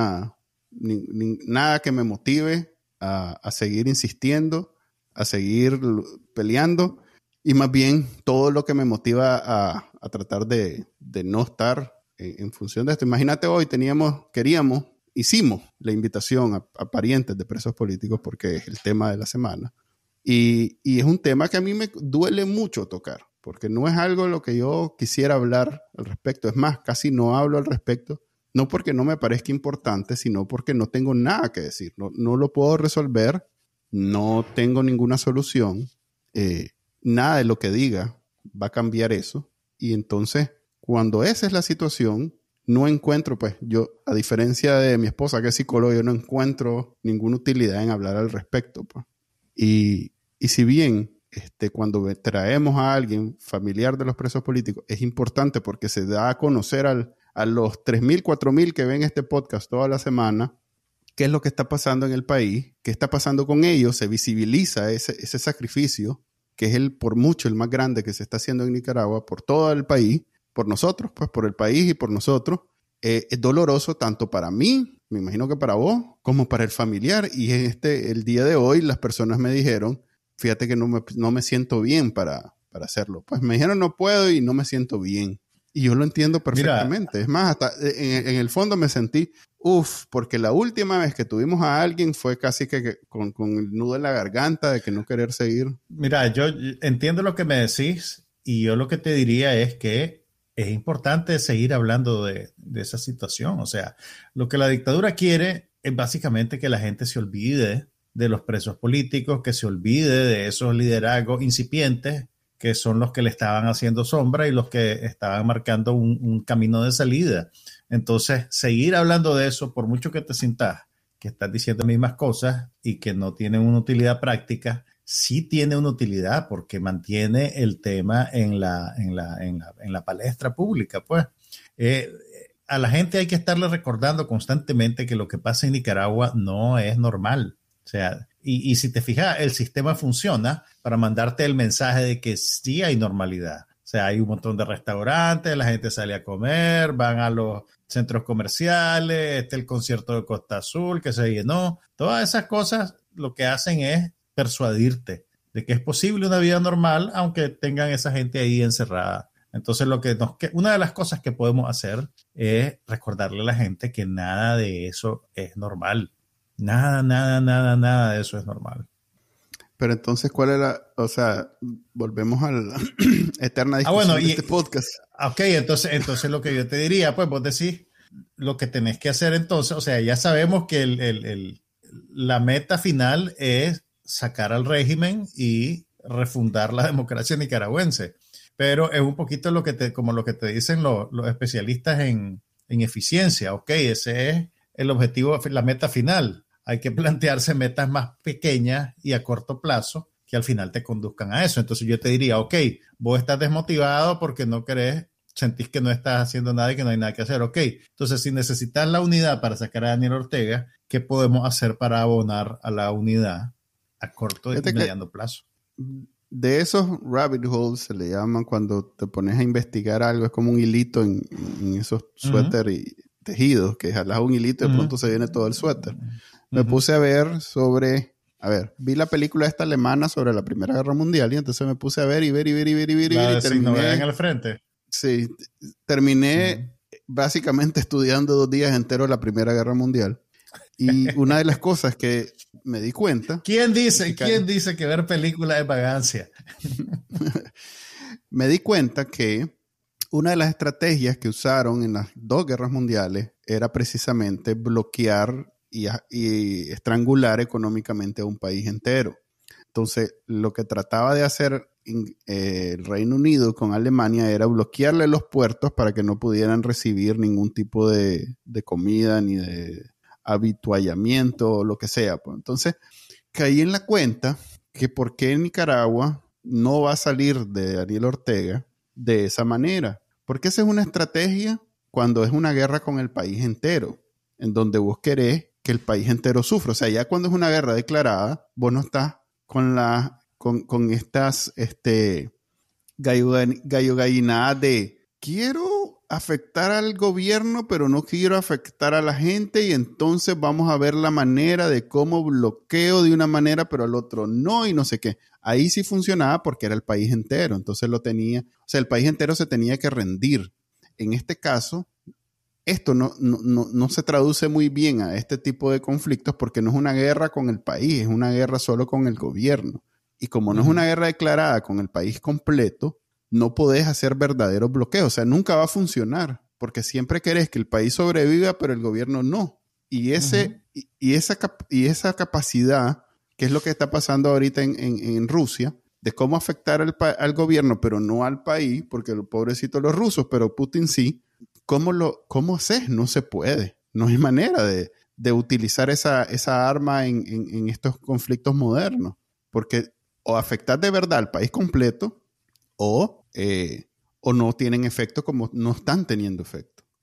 nada que me motive a seguir insistiendo, a seguir peleando, y más bien todo lo que me motiva a tratar de no estar en función de esto. Imagínate hoy hicimos la invitación a parientes de presos políticos porque es el tema de la semana, y es un tema que a mí me duele mucho tocar, porque no es algo de lo que yo quisiera hablar al respecto. Es más, casi no hablo al respecto, no porque no me parezca importante, sino porque no tengo nada que decir. No lo puedo resolver, no tengo ninguna solución. Nada de lo que diga va a cambiar eso. Y entonces, cuando esa es la situación, no encuentro, pues yo, a diferencia de mi esposa que es psicóloga, yo no encuentro ninguna utilidad en hablar al respecto, pues. Y si bien cuando traemos a alguien familiar de los presos políticos, es importante porque se da a conocer a a los 3,000, 4,000 que ven este podcast toda la semana, qué es lo que está pasando en el país, qué está pasando con ellos, se visibiliza ese sacrificio, que es por mucho el más grande que se está haciendo en Nicaragua, por todo el país, por nosotros, pues por el país y por nosotros. Es doloroso tanto para mí, me imagino que para vos, como para el familiar. Y el día de hoy las personas me dijeron, fíjate que no me siento bien para hacerlo. Pues me dijeron no puedo y no me siento bien. Y yo lo entiendo perfectamente. Mira, es más, hasta en el fondo me sentí, porque la última vez que tuvimos a alguien fue casi que con el nudo en la garganta de que no querer seguir. Mira, yo entiendo lo que me decís y yo lo que te diría es que es importante seguir hablando de esa situación. O sea, lo que la dictadura quiere es básicamente que la gente se olvide de los presos políticos, que se olvide de esos liderazgos incipientes que son los que le estaban haciendo sombra y los que estaban marcando un camino de salida. Entonces, seguir hablando de eso, por mucho que te sientas que estás diciendo las mismas cosas y que no tienen una utilidad práctica, sí tiene una utilidad porque mantiene el tema en la palestra pública. Pues a la gente hay que estarle recordando constantemente que lo que pasa en Nicaragua no es normal. O sea, y si te fijas, el sistema funciona para mandarte el mensaje de que sí hay normalidad. O sea, hay un montón de restaurantes, la gente sale a comer, van a los centros comerciales, el concierto de Costa Azul que se llenó. Todas esas cosas lo que hacen es persuadirte de que es posible una vida normal aunque tengan esa gente ahí encerrada. Entonces, una de las cosas que podemos hacer es recordarle a la gente que nada de eso es normal. Nada de eso es normal. Pero entonces, ¿cuál era? O sea, volvemos a la eterna discusión de este podcast. Ok, entonces lo que yo te diría, pues vos decís lo que tenés que hacer entonces. O sea, ya sabemos que la meta final es sacar al régimen y refundar la democracia nicaragüense. Pero es un poquito como lo que te dicen los especialistas en eficiencia. Ok, ese es el objetivo, la meta final. Hay que plantearse metas más pequeñas y a corto plazo que al final te conduzcan a eso. Entonces yo te diría, ok, vos estás desmotivado porque no querés, sentís que no estás haciendo nada y que no hay nada que hacer. Ok, entonces si necesitas la unidad para sacar a Daniel Ortega, ¿qué podemos hacer para abonar a la unidad a corto y mediano plazo? De esos rabbit holes se le llaman cuando te pones a investigar algo, es como un hilito en esos suéter y tejidos, que jalas un hilito y de pronto se viene todo el suéter. Me puse a ver vi la película esta alemana sobre la Primera Guerra Mundial y entonces me puse a ver y terminé en el frente. Sí, terminé básicamente estudiando 2 días enteros la Primera Guerra Mundial. Y una de las cosas que me di cuenta... ¿Quién dice que ver películas es vagancia? Me di cuenta que una de las estrategias que usaron en las 2 guerras mundiales era precisamente bloquear y estrangular económicamente a un país entero. Entonces, lo que trataba de hacer el Reino Unido con Alemania era bloquearle los puertos para que no pudieran recibir ningún tipo de comida ni de habituallamiento o lo que sea. Pues. Entonces, caí en la cuenta que por qué Nicaragua no va a salir de Daniel Ortega de esa manera. Porque esa es una estrategia cuando es una guerra con el país entero, en donde vos querés que el país entero sufra. O sea, ya cuando es una guerra declarada, vos no estás con estas gallinadas de quiero afectar al gobierno, pero no quiero afectar a la gente y entonces vamos a ver la manera de cómo bloqueo de una manera, pero al otro no y no sé qué. Ahí sí funcionaba porque era el país entero. Entonces el país entero se tenía que rendir. En este caso, esto no se traduce muy bien a este tipo de conflictos porque no es una guerra con el país, es una guerra solo con el gobierno. Y como no es una guerra declarada con el país completo, no podés hacer verdaderos bloqueos. O sea, nunca va a funcionar porque siempre querés que el país sobreviva, pero el gobierno no. Y esa capacidad, que es lo que está pasando ahorita en Rusia, de cómo afectar al gobierno, pero no al país, porque los pobrecitos los rusos, pero Putin sí. ¿Cómo haces? No se puede. No hay manera de utilizar esa arma en estos conflictos modernos. Porque o afectar de verdad al país completo o no tienen efecto como no están teniendo efecto. O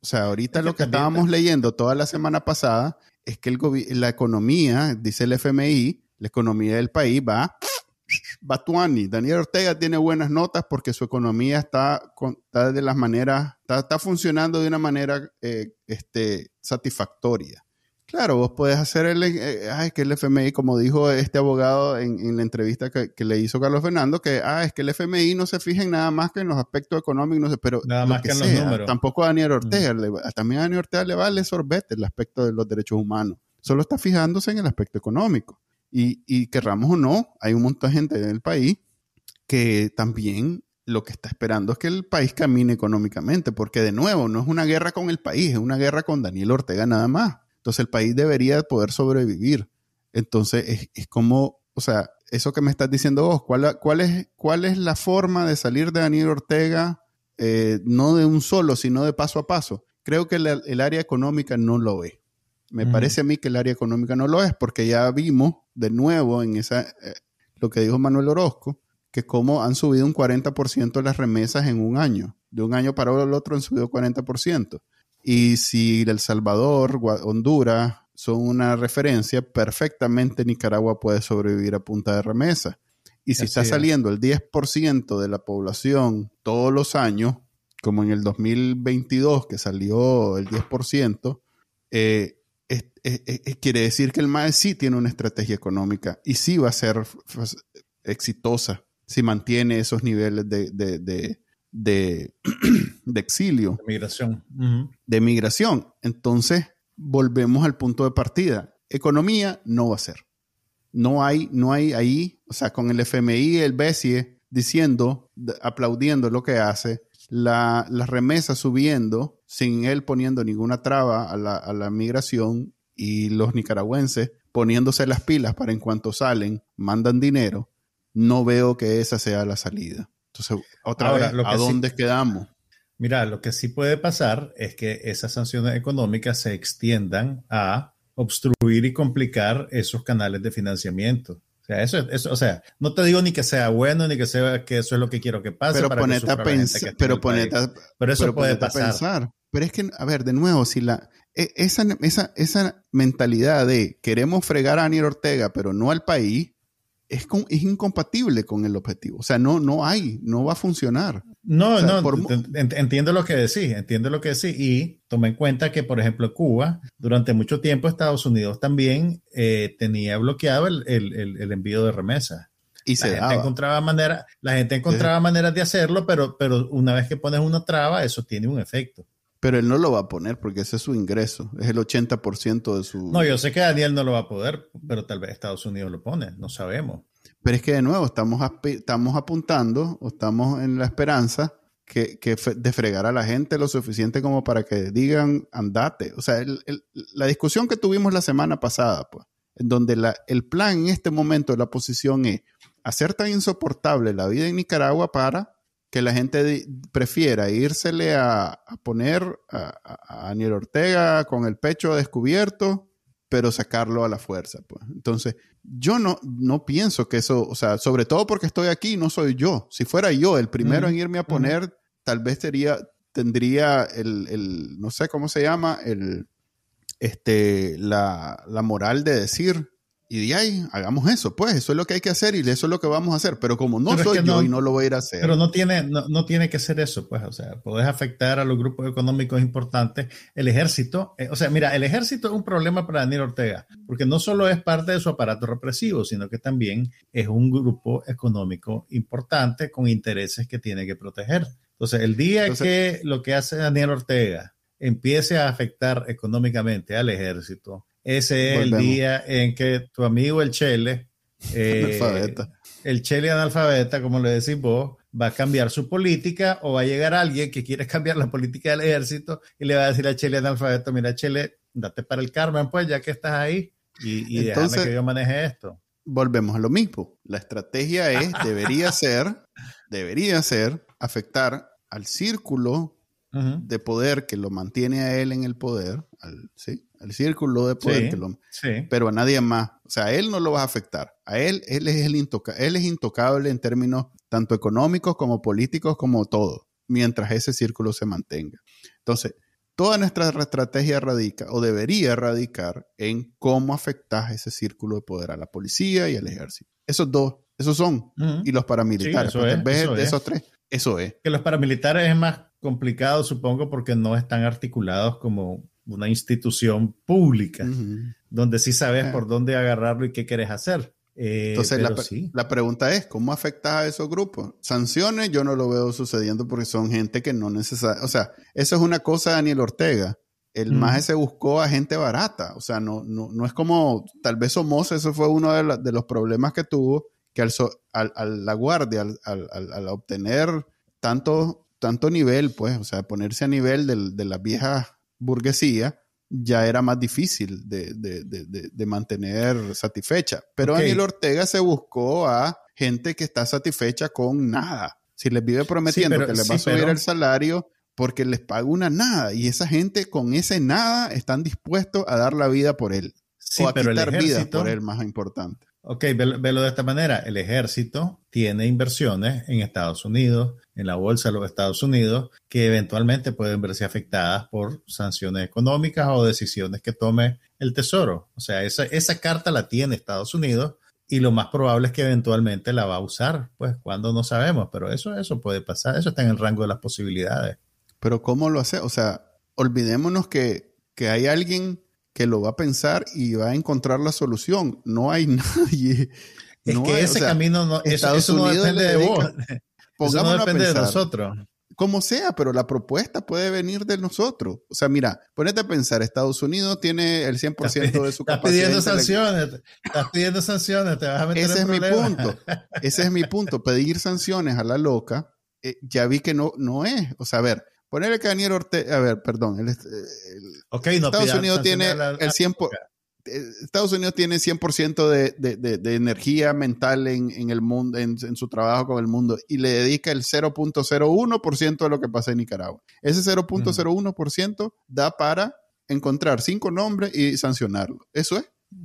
O sea, ahorita lo que estábamos leyendo toda la semana pasada es que la economía, dice el FMI, la economía del país va tuani. Daniel Ortega tiene buenas notas porque su economía está de las maneras, está funcionando de una manera satisfactoria. Claro, vos podés hacer que el FMI, como dijo este abogado en la entrevista que le hizo Carlos Fernando, que es que el FMI no se fija en nada más que en los aspectos económicos, no sé, pero nada más que en los números. Tampoco a Daniel Ortega, también a Daniel Ortega le vale sorbete el aspecto de los derechos humanos. Solo está fijándose en el aspecto económico. Y querramos o no, hay un montón de gente en el país que también lo que está esperando es que el país camine económicamente, porque de nuevo, no es una guerra con el país, es una guerra con Daniel Ortega nada más. Entonces el país debería poder sobrevivir. Entonces es como, o sea, eso que me estás diciendo vos, ¿cuál es la forma de salir de Daniel Ortega? No de un solo, sino de paso a paso. Creo que el área económica no lo ve. Me parece a mí que el área económica no lo es, porque ya vimos de nuevo en lo que dijo Manuel Orozco, que cómo han subido un 40% las remesas en un año. De un año para el otro han subido 40%. Y si El Salvador, Honduras son una referencia, perfectamente Nicaragua puede sobrevivir a punta de remesa. Y si está saliendo el 10% de la población todos los años, como en el 2022 que salió el 10%, quiere decir que el MAE sí tiene una estrategia económica y sí va a ser exitosa si mantiene esos niveles de exilio. De migración. De migración. Entonces, volvemos al punto de partida. Economía no va a ser. No hay ahí, o sea, con el FMI, el BCE diciendo, aplaudiendo lo que hace, las remesas subiendo, sin él poniendo ninguna traba a la migración, y los nicaragüenses poniéndose las pilas para en cuanto salen, mandan dinero, no veo que esa sea la salida. Entonces, otra vez, ¿a dónde quedamos? Mira, lo que sí puede pasar es que esas sanciones económicas se extiendan a obstruir y complicar esos canales de financiamiento. O sea, eso, o sea, no te digo ni que sea bueno, ni que sea que eso es lo que quiero que pase. Pero ponete a pensar, pero eso puede pasar. Pero es que, a ver, de nuevo, si esa mentalidad de queremos fregar a Daniel Ortega, pero no al país, es incompatible con el objetivo. O sea, no va a funcionar. No, entiendo lo que decís, y toma en cuenta que, por ejemplo, Cuba, durante mucho tiempo Estados Unidos también tenía bloqueado el envío de remesas. Y la gente encontraba maneras de hacerlo, pero una vez que pones una traba, eso tiene un efecto. Pero él no lo va a poner porque ese es su ingreso, es el 80% de su... No, yo sé que Daniel no lo va a poder, pero tal vez Estados Unidos lo pone, no sabemos. Pero es que de nuevo estamos apuntando o estamos en la esperanza de fregar a la gente lo suficiente como para que digan andate. O sea, la discusión que tuvimos la semana pasada, pues, en donde el plan en este momento de la oposición es hacer tan insoportable la vida en Nicaragua para que la gente prefiera írsele a poner a Daniel Ortega con el pecho descubierto, pero sacarlo a la fuerza, pues. Entonces, yo no pienso que eso, o sea, sobre todo porque estoy aquí, no soy yo. Si fuera yo el primero en irme a poner, tal vez tendría el no sé cómo se llama, la moral de decir, y de ahí, hagamos eso, pues, eso es lo que hay que hacer y eso es lo que vamos a hacer. Pero como no soy yo y no lo voy a ir a hacer. Pero no tiene que ser eso, pues, o sea, podés afectar a los grupos económicos importantes. El ejército, o sea, mira, el ejército es un problema para Daniel Ortega, porque no solo es parte de su aparato represivo, sino que también es un grupo económico importante con intereses que tiene que proteger. Entonces, el día que lo que hace Daniel Ortega empiece a afectar económicamente al ejército, ese es el día en que tu amigo el Chele, el Chele analfabeta, como le decís vos, va a cambiar su política, o va a llegar alguien que quiere cambiar la política del ejército y le va a decir al Chele analfabeta, mira Chele, date para el Carmen, pues, ya que estás ahí, y entonces, déjame que yo maneje esto. Volvemos a lo mismo. La estrategia debería ser afectar al círculo de poder que lo mantiene a él en el poder, al círculo de poder, pero a nadie más. O sea, a él no lo va a afectar. A él es intocable en términos tanto económicos como políticos, como todo, mientras ese círculo se mantenga. Entonces, Toda nuestra estrategia radica o debería radicar en cómo afectas ese círculo de poder a la policía y al ejército. Esos dos, esos son. Y los paramilitares. Sí, eso es. Esos tres, eso es. Que los paramilitares es más complicado, supongo, porque no están articulados como una institución pública, donde sí sabes por dónde agarrarlo y qué quieres hacer. Entonces, la pregunta es, ¿cómo afecta a esos grupos? Sanciones yo no lo veo sucediendo porque son gente que no necesita... O sea, eso es una cosa de Daniel Ortega. El maje se buscó a gente barata. O sea, no es como... Tal vez Somoza, eso fue uno de los problemas que tuvo, que la Guardia, al obtener tanto nivel, pues, o sea, ponerse a nivel de la vieja burguesía, ya era más difícil de mantener satisfecha. Pero Daniel Ortega se buscó a gente que está satisfecha con nada. Si les vive prometiendo que les va a subir el salario porque les paga una nada. Y esa gente con ese nada están dispuestos a dar la vida por él. O a quitar vidas por él, más importante. Ok, velo de esta manera. El ejército tiene inversiones en Estados Unidos, en la bolsa de los Estados Unidos, que eventualmente pueden verse afectadas por sanciones económicas o decisiones que tome el Tesoro. O sea, esa carta la tiene Estados Unidos y lo más probable es que eventualmente la va a usar. Pues cuando no sabemos, pero eso puede pasar. Eso está en el rango de las posibilidades. Pero ¿cómo lo hace? O sea, olvidémonos que hay alguien que lo va a pensar y va a encontrar la solución. No hay nadie. Es que ese camino no, eso no depende de vos. Eso no depende de nosotros. Como sea, pero la propuesta puede venir de nosotros. O sea, mira, ponete a pensar, Estados Unidos tiene el 100% de su capacidad. Estás pidiendo sanciones, te vas a meter Ese en problemas. Ese es mi punto. Pedir sanciones a la loca, ya vi que no es. O sea, a ver, ponerle que Daniel Ortega, a ver, perdón. Estados Unidos tiene el 100%. Estados Unidos tiene 100% de energía mental en el mundo, en su trabajo con el mundo, y le dedica el 0.01% de lo que pasa en Nicaragua. Ese 0.01% da para encontrar 5 nombres y sancionarlo. Eso es.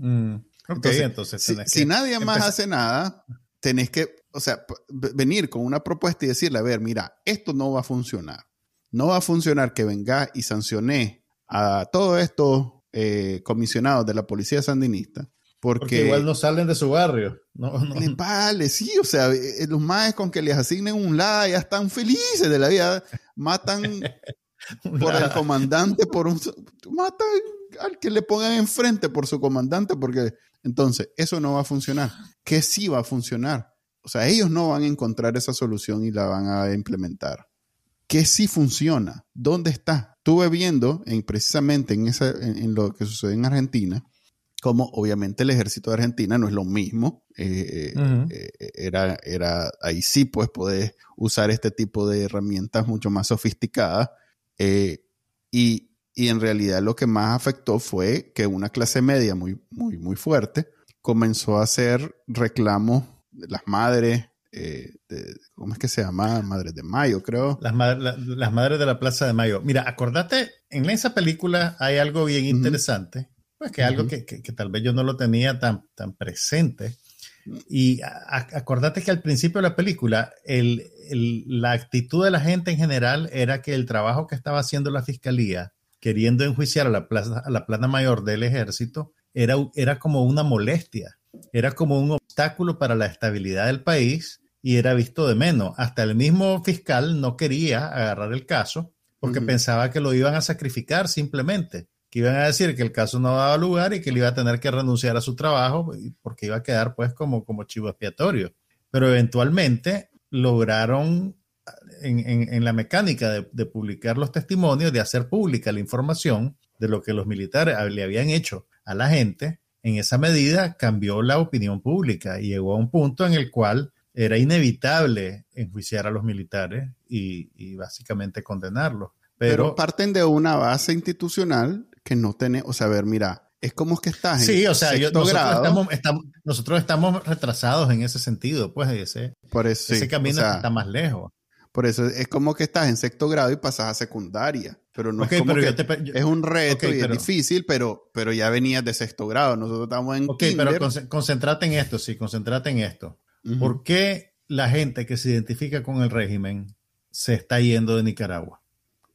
Entonces si nadie más hace nada, tenés que, o sea, venir con una propuesta y decirle, a ver, mira, esto no va a funcionar. No va a funcionar que venga y sancione a todos estos comisionados de la policía sandinista. Porque igual no salen de su barrio. No. Les vale, sí, o sea, los maes con que les asignen un LADA ya están felices de la vida. Matan por el comandante, matan al que le pongan enfrente por su comandante, porque entonces eso no va a funcionar. ¿Qué sí va a funcionar? O sea, ellos no van a encontrar esa solución y la van a implementar. ¿Qué sí funciona? ¿Dónde está? Estuve viendo precisamente en lo que sucede en Argentina, como obviamente el ejército de Argentina no es lo mismo. Ahí sí pues podés usar este tipo de herramientas mucho más sofisticadas. Y en realidad lo que más afectó fue que una clase media muy, muy, muy fuerte comenzó a hacer reclamos de las madres. ¿Cómo es que se llama? Madres de Mayo, creo. Las madres de la Plaza de Mayo. Mira, acordate, en esa película hay algo bien interesante, pues que algo que tal vez yo no lo tenía tan presente. Y acordate que al principio de la película, la actitud de la gente en general era que el trabajo que estaba haciendo la fiscalía, queriendo enjuiciar a la plana mayor del ejército, era como una molestia, era como un obstáculo para la estabilidad del país y era visto de menos. Hasta el mismo fiscal no quería agarrar el caso porque pensaba que lo iban a sacrificar simplemente, que iban a decir que el caso no daba lugar y que él iba a tener que renunciar a su trabajo porque iba a quedar pues como chivo expiatorio. Pero eventualmente lograron en la mecánica de publicar los testimonios, de hacer pública la información de lo que los militares le habían hecho a la gente. En esa medida cambió la opinión pública y llegó a un punto en el cual era inevitable enjuiciar a los militares y básicamente condenarlos. Pero parten de una base institucional que no tiene, o sea, a ver, mira, es como que estás en nosotros estamos retrasados en ese sentido, pues ese camino está más lejos. Por eso es como que estás en sexto grado y pasas a secundaria. Pero no es como que es un reto y es difícil, pero ya venías de sexto grado. Nosotros estamos en kinder. Pero concéntrate en esto, concéntrate en esto. ¿Por qué la gente que se identifica con el régimen se está yendo de Nicaragua?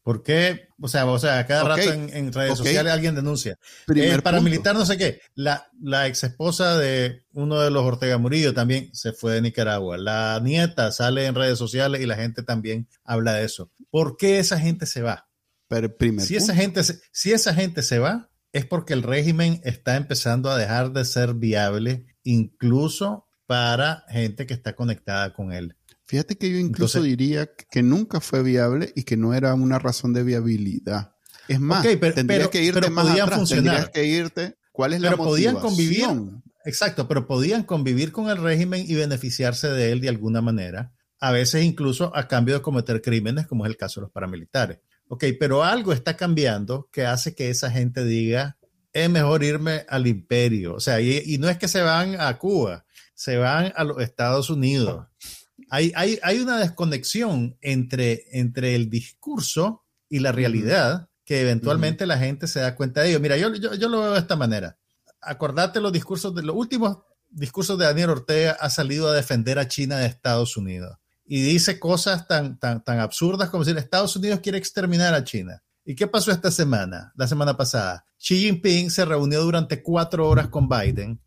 ¿Por qué? O sea, cada rato en redes sociales alguien denuncia. Paramilitar no sé qué. La ex esposa de uno de los Ortega Murillo también se fue de Nicaragua. La nieta sale en redes sociales y la gente también habla de eso. ¿Por qué esa gente se va? Pero si esa gente se va, es porque el régimen está empezando a dejar de ser viable, incluso para gente que está conectada con él. Fíjate que yo incluso diría que nunca fue viable y que no era una razón de viabilidad. Es más, tendrías que irte más atrás. Tendrías que irte. ¿Cuál es la motivación? Podían convivir. Exacto, pero podían convivir con el régimen y beneficiarse de él de alguna manera. A veces incluso a cambio de cometer crímenes, como es el caso de los paramilitares. Pero algo está cambiando que hace que esa gente diga, es mejor irme al imperio. O sea, y no es que se van a Cuba, se van a los Estados Unidos. Hay una desconexión entre el discurso y la realidad que eventualmente la gente se da cuenta de ello. Mira, yo lo veo de esta manera. Acordate los últimos discursos de Daniel Ortega ha salido a defender a China de Estados Unidos. Y dice cosas tan absurdas como decir, Estados Unidos quiere exterminar a China. ¿Y qué pasó la semana pasada? Xi Jinping se reunió durante 4 horas con Biden,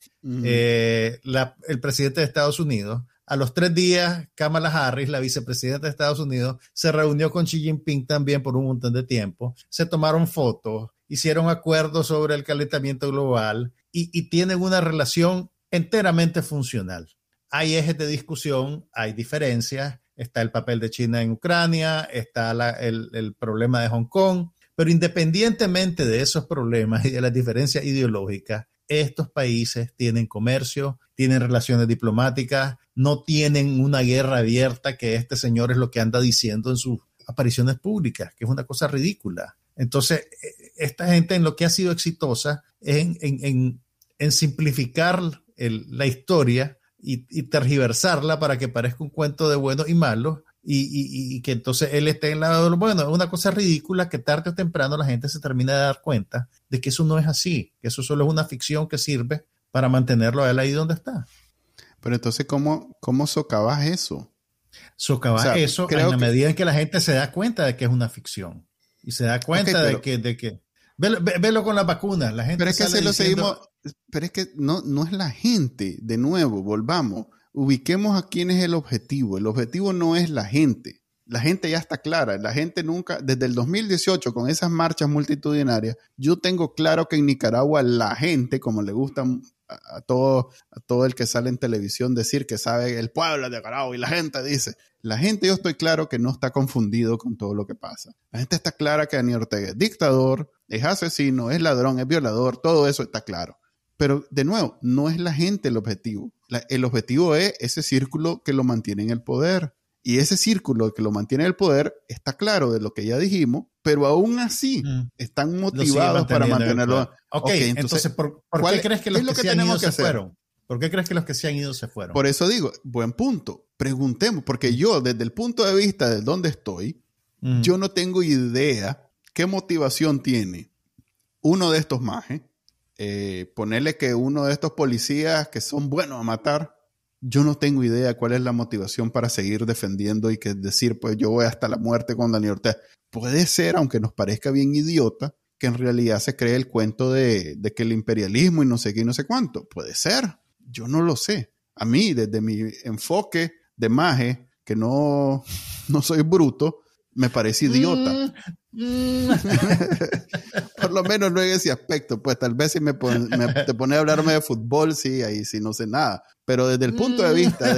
el presidente de Estados Unidos. A los 3 días, Kamala Harris, la vicepresidenta de Estados Unidos, se reunió con Xi Jinping también por un montón de tiempo. Se tomaron fotos, hicieron acuerdos sobre el calentamiento global y tienen una relación enteramente funcional. Hay ejes de discusión, hay diferencias, está el papel de China en Ucrania, está el problema de Hong Kong, pero independientemente de esos problemas y de las diferencias ideológicas, estos países tienen comercio, tienen relaciones diplomáticas, no tienen una guerra abierta, que este señor es lo que anda diciendo en sus apariciones públicas, que es una cosa ridícula. Entonces, esta gente en lo que ha sido exitosa es en simplificar la historia y tergiversarla para que parezca un cuento de buenos y malos y que entonces él esté en el lado de lo bueno. Es una cosa ridícula que tarde o temprano la gente se termina de dar cuenta de que eso no es así, que eso solo es una ficción que sirve para mantenerlo a él ahí donde está. Pero entonces, ¿cómo socavas eso? Socavas eso en la medida en que la gente se da cuenta de que es una ficción y se da cuenta de que velo con las vacunas. La gente pero es que se lo seguimos. Pero es que no es la gente. De nuevo, volvamos. Ubiquemos a quién es el objetivo. El objetivo no es la gente. La gente ya está clara. La gente nunca, desde el 2018, con esas marchas multitudinarias, yo tengo claro que en Nicaragua la gente, como le gusta a todo el que sale en televisión decir que sabe el pueblo de Nicaragua, y la gente dice, la gente, yo estoy claro que no está confundido con todo lo que pasa. La gente está clara que Daniel Ortega es dictador, es asesino, es ladrón, es violador, todo eso está claro. Pero, de nuevo, no es la gente el objetivo. El objetivo es ese círculo que lo mantiene en el poder. Y ese círculo que lo mantiene en el poder está claro de lo que ya dijimos, pero aún así están motivados para mantenerlo. Entonces, ¿por qué crees que los que se han ido se fueron? ¿Por qué crees que los que se han ido se fueron? Por eso digo, buen punto. Preguntemos, porque yo, desde el punto de vista de dónde estoy, yo no tengo idea qué motivación tiene uno de estos majes. Ponerle que uno de estos policías que son buenos a matar, yo no tengo idea cuál es la motivación para seguir defendiendo y que decir, pues yo voy hasta la muerte con Daniel Ortega. Puede ser, aunque nos parezca bien idiota, que en realidad se cree el cuento de que el imperialismo y no sé qué y no sé cuánto. Puede ser, yo no lo sé. A mí, desde mi enfoque de maje, que no soy bruto, me parece idiota. Por lo menos no en ese aspecto. Pues tal vez si te pone a hablarme de fútbol, sí, ahí sí no sé nada. Pero desde el punto de vista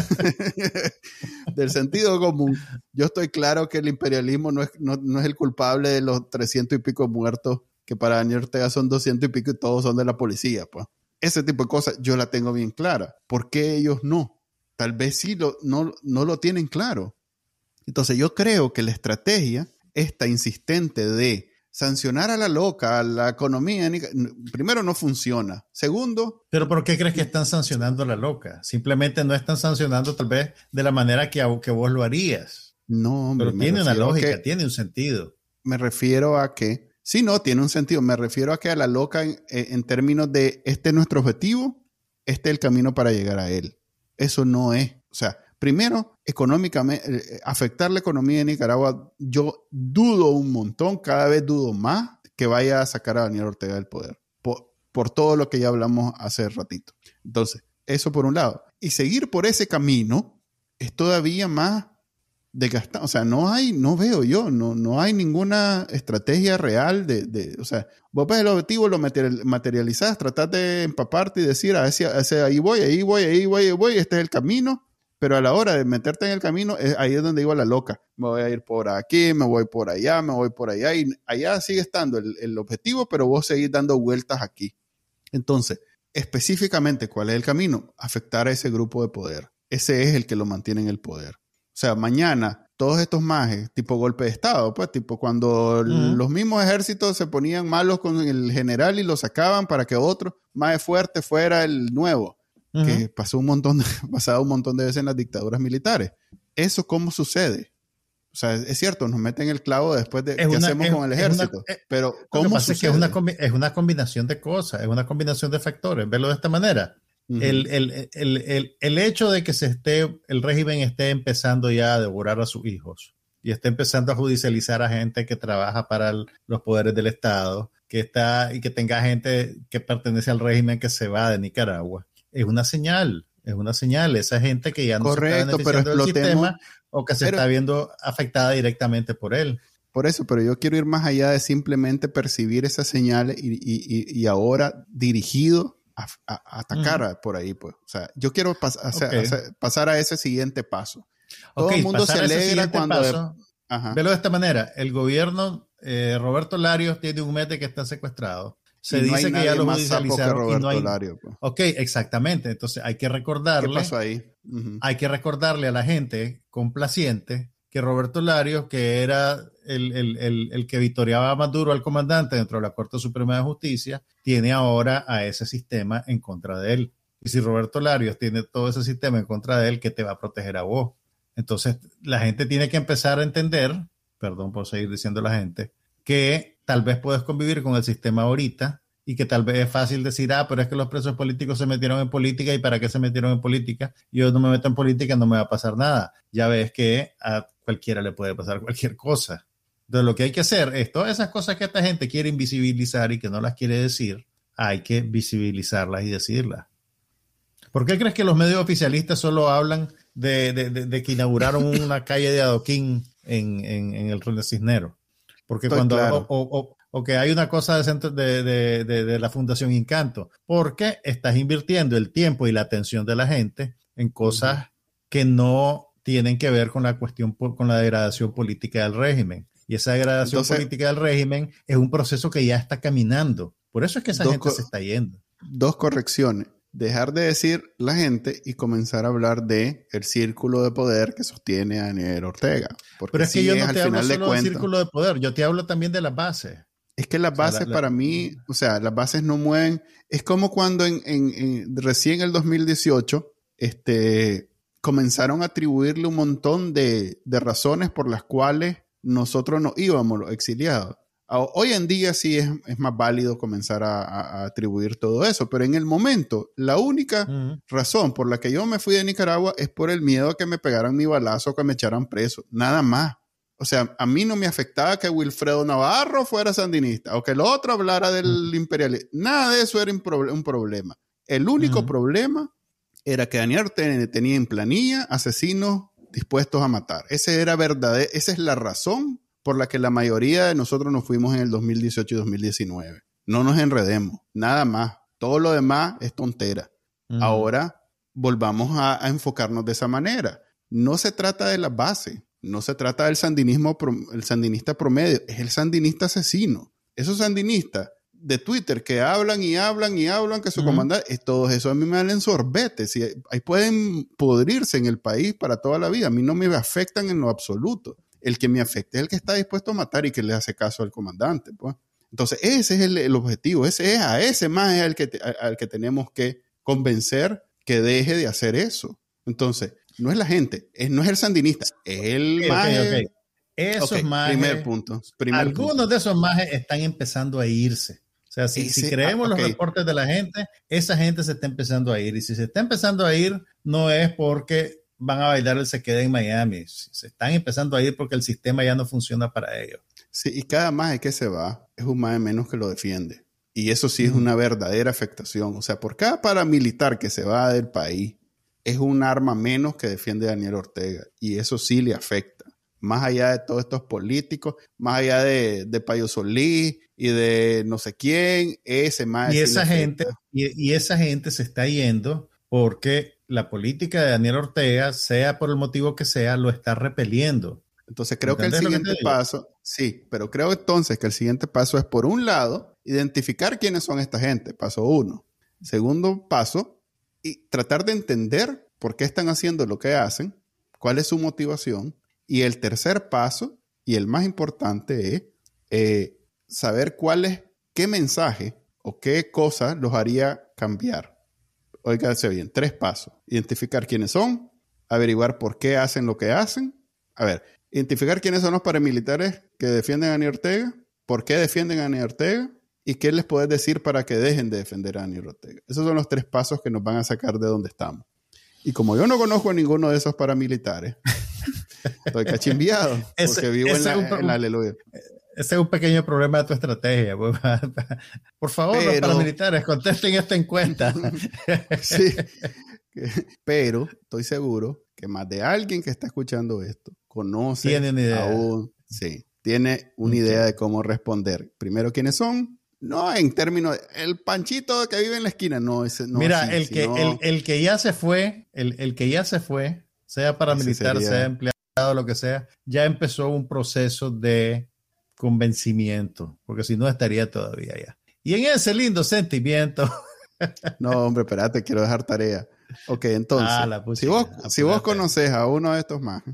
del sentido común, yo estoy claro que el imperialismo no es el culpable de los 300 y pico muertos, que para Daniel Ortega son 200 y pico y todos son de la policía. Pues. Ese tipo de cosas yo la tengo bien clara. ¿Por qué ellos no? Tal vez sí no lo tienen claro. Entonces yo creo que la estrategia esta insistente de sancionar a la loca, a la economía, primero no funciona. Segundo... ¿Pero por qué crees que están sancionando a la loca? Simplemente no están sancionando tal vez de la manera que vos lo harías. No, hombre. Pero tiene una lógica, tiene un sentido. Me refiero a que... Sí, no, tiene un sentido. Me refiero a que a la loca en términos de este es nuestro objetivo, este es el camino para llegar a él. Eso no es... O sea... Primero, económicamente, afectar la economía de Nicaragua, yo dudo un montón, cada vez dudo más que vaya a sacar a Daniel Ortega del poder, por todo lo que ya hablamos hace ratito. Entonces, eso por un lado. Y seguir por ese camino es todavía más desgastado. O sea, no hay ninguna estrategia real o sea, vos ves el objetivo, lo materializás, tratás de empaparte y decir, ahí voy, este es el camino. Pero a la hora de meterte en el camino, ahí es donde digo la loca. Me voy a ir por aquí, me voy por allá, y allá sigue estando el objetivo, pero vos seguís dando vueltas aquí. Entonces, específicamente, ¿cuál es el camino? Afectar a ese grupo de poder. Ese es el que lo mantiene en el poder. O sea, mañana, todos estos majes, tipo golpe de Estado, pues, tipo cuando los mismos ejércitos se ponían malos con el general y lo sacaban para que otro más fuerte fuera el nuevo. Que pasaba un montón de veces en las dictaduras militares. ¿Eso cómo sucede? O sea, es cierto, nos meten el clavo después de qué hacemos con el ejército. Pero ¿cómo sucede? Es que es una combinación de cosas, es una combinación de factores. Verlo de esta manera. El hecho de que el régimen esté empezando ya a devorar a sus hijos y esté empezando a judicializar a gente que trabaja para los poderes del Estado, y que tenga gente que pertenece al régimen que se va de Nicaragua. Es una señal. Esa gente que ya no se está beneficiando del sistema o que se está viendo afectada directamente por él. Por eso, pero yo quiero ir más allá de simplemente percibir esas señales y ahora dirigido a atacar por ahí, pues. O sea, yo quiero pasar a ese siguiente paso. Todo el mundo se alegra cuando... Velo de esta manera. El gobierno, Roberto Larios, tiene un mete que está secuestrado. Se dice que ya lo judicializaron y no hay... Lario, pues. Ok, exactamente. Entonces hay que recordarle... ¿Qué pasó ahí? Hay que recordarle a la gente complaciente que Roberto Larios, que era el que victoriaba a Maduro, al comandante dentro de la Corte Suprema de Justicia, tiene ahora a ese sistema en contra de él. Y si Roberto Larios tiene todo ese sistema en contra de él, ¿qué te va a proteger a vos? Entonces la gente tiene que empezar a entender, perdón por seguir diciendo la gente, que tal vez puedes convivir con el sistema ahorita y que tal vez es fácil decir, pero es que los presos políticos se metieron en política, ¿y para qué se metieron en política? Yo no me meto en política, no me va a pasar nada. Ya ves que a cualquiera le puede pasar cualquier cosa. Entonces lo que hay que hacer es todas esas cosas que esta gente quiere invisibilizar y que no las quiere decir, hay que visibilizarlas y decirlas. ¿Por qué crees que los medios oficialistas solo hablan de que inauguraron una calle de adoquín en el Río de Cisneros? Porque cuando claro. o que hay una cosa de la Fundación Encanto, porque estás invirtiendo el tiempo y la atención de la gente en cosas que no tienen que ver con la cuestión, con la degradación política del régimen. Y esa degradación política del régimen es un proceso que ya está caminando. Por eso es que esa gente se está yendo. Dos correcciones. Dejar de decir la gente y comenzar a hablar de el círculo de poder que sostiene a Daniel Ortega. Pero es que yo no te hablo solo del círculo de poder, yo te hablo también de las bases. Es que las bases para mí, o sea, las bases no mueven. Es como cuando recién en el 2018 comenzaron a atribuirle un montón de razones por las cuales nosotros nos íbamos los exiliados. Hoy en día sí es más válido comenzar a atribuir todo eso, pero en el momento, la única razón por la que yo me fui de Nicaragua es por el miedo a que me pegaran mi balazo o que me echaran preso, nada más. O sea, a mí no me afectaba que Wilfredo Navarro fuera sandinista o que el otro hablara del imperialismo. Nada de eso era un problema. El único problema era que Daniel Ortega tenía en planilla asesinos dispuestos a matar. Esa es la razón por la que la mayoría de nosotros nos fuimos en el 2018 y 2019. No nos enredemos, nada más. Todo lo demás es tontera. Ahora volvamos a enfocarnos de esa manera. No se trata de las bases, no se trata del el sandinista promedio, es el sandinista asesino. Esos sandinistas de Twitter que hablan y hablan y hablan que su comandante, todos esos a mí me dan en sorbete. Si ahí pueden pudrirse en el país para toda la vida. A mí no me afectan en lo absoluto. El que me afecta es el que está dispuesto a matar y que le hace caso al comandante, pues. Entonces, ese es el objetivo. A ese más es al que tenemos que convencer que deje de hacer eso. Entonces, no es la gente, no es el sandinista, es el maje. Esos majes, primer punto. Algunos de esos majes están empezando a irse. O sea, si creemos los reportes de la gente, esa gente se está empezando a ir. Y si se está empezando a ir, no es porque van a bailar el se queda en Miami. Se están empezando a ir porque el sistema ya no funciona para ellos. Sí, y cada maje que se va es un maje menos que lo defiende. Y eso sí es una verdadera afectación. O sea, por cada paramilitar que se va del país, es un arma menos que defiende a Daniel Ortega. Y eso sí le afecta. Más allá de todos estos políticos, más allá de Payo Solís y de no sé quién, ese maje. Y esa gente, y esa gente se está yendo porque la política de Daniel Ortega, sea por el motivo que sea, lo está repeliendo. Entonces creo que el siguiente paso, sí, pero creo entonces que el siguiente paso es, por un lado, identificar quiénes son esta gente, paso 1. Segundo paso, y tratar de entender por qué están haciendo lo que hacen, cuál es su motivación. Y el tercer paso, y el más importante, es saber qué mensaje o qué cosa los haría cambiar. Óigase bien, 3 pasos. Identificar quiénes son, averiguar por qué hacen lo que hacen. A ver, identificar quiénes son los paramilitares que defienden a Daniel Ortega, por qué defienden a Daniel Ortega y qué les puedes decir para que dejen de defender a Daniel Ortega. Esos son los 3 pasos que nos van a sacar de donde estamos. Y como yo no conozco a ninguno de esos paramilitares, estoy cachimbiado porque vivo en la aleluya. Ese es un pequeño problema de tu estrategia. Por favor, los paramilitares, contesten esta encuesta. Sí, pero estoy seguro que más de alguien que está escuchando esto conoce tiene una idea. Tiene una idea de cómo responder. Primero, ¿quiénes son? No en términos de, el panchito que vive en la esquina, no. Mira, el que ya se fue, el que ya se fue, sea paramilitar, sea empleado, lo que sea, ya empezó un proceso de convencimiento, porque si no estaría todavía allá. Y en ese lindo sentimiento. No, hombre, espérate, quiero dejar tarea. Ok, entonces, si vos conoces a uno de estos más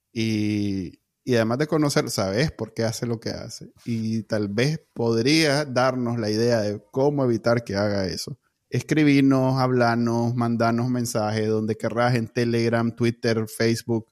y además de conocer, sabes por qué hace lo que hace y tal vez podría darnos la idea de cómo evitar que haga eso. Escribirnos, hablarnos, mandarnos mensajes donde querrás, en Telegram, Twitter, Facebook,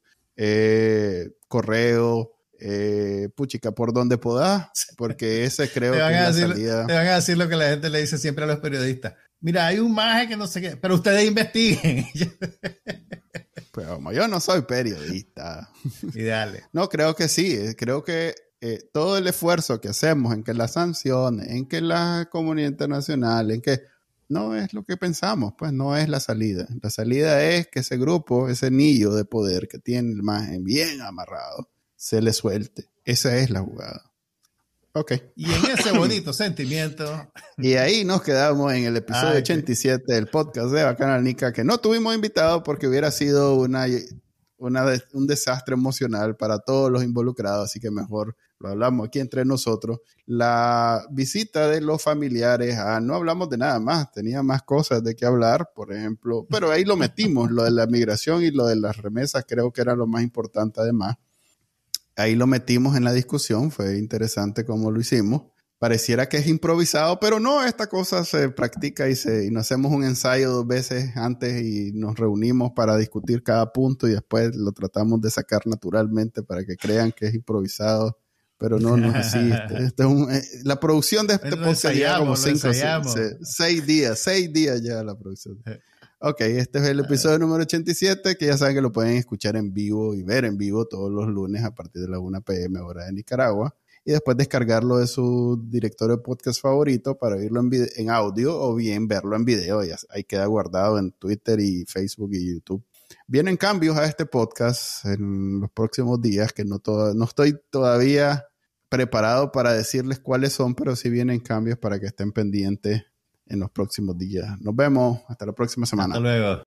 correo, puchica, por donde podás, porque ese creo que es la salida. Te van a decir lo que la gente le dice siempre a los periodistas. Mira, hay un maje que no sé qué, pero ustedes investiguen. Pues como yo no soy periodista. Y dale. No, creo que sí. Creo que todo el esfuerzo que hacemos en que las sanciones, en que la comunidad internacional, en que no es lo que pensamos, pues no es la salida. La salida es que ese grupo, ese anillo de poder que tiene el maje bien amarrado, se le suelte. Esa es la jugada. Ok. Y en ese bonito sentimiento. Y ahí nos quedamos en el episodio 87 del podcast de Bacanal Nica, que no tuvimos invitado porque hubiera sido un desastre emocional para todos los involucrados, así que mejor lo hablamos aquí entre nosotros. La visita de los familiares, no hablamos de nada más, tenía más cosas de qué hablar, por ejemplo, pero ahí lo metimos, lo de la migración y lo de las remesas creo que era lo más importante además. Ahí lo metimos en la discusión, fue interesante cómo lo hicimos. Pareciera que es improvisado, pero no, esta cosa se practica y nos hacemos un ensayo 2 veces antes y nos reunimos para discutir cada punto y después lo tratamos de sacar naturalmente para que crean que es improvisado, pero no es así. La producción de este podcast lleva como 6 días ya la producción. Ok, este es el episodio número 87, que ya saben que lo pueden escuchar en vivo y ver en vivo todos los lunes a partir de la 1 p.m. hora de Nicaragua. Y después descargarlo de su directorio de podcast favorito para oírlo en audio o bien verlo en video. Ya ahí queda guardado en Twitter y Facebook y YouTube. Vienen cambios a este podcast en los próximos días que no estoy todavía preparado para decirles cuáles son, pero sí vienen cambios para que estén pendientes en los próximos días. Nos vemos. Hasta la próxima semana. Hasta luego.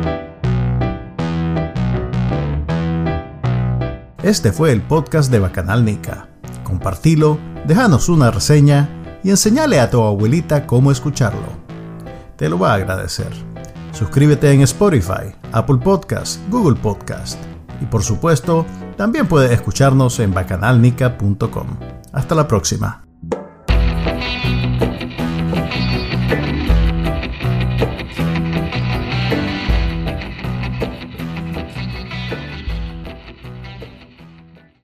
Este fue el podcast de Bacanal Nica. Compartilo, déjanos una reseña y enseñale a tu abuelita cómo escucharlo. Te lo va a agradecer. Suscríbete en Spotify, Apple Podcast, Google Podcast. Y por supuesto, también puedes escucharnos en bacanalnica.com. Hasta la próxima.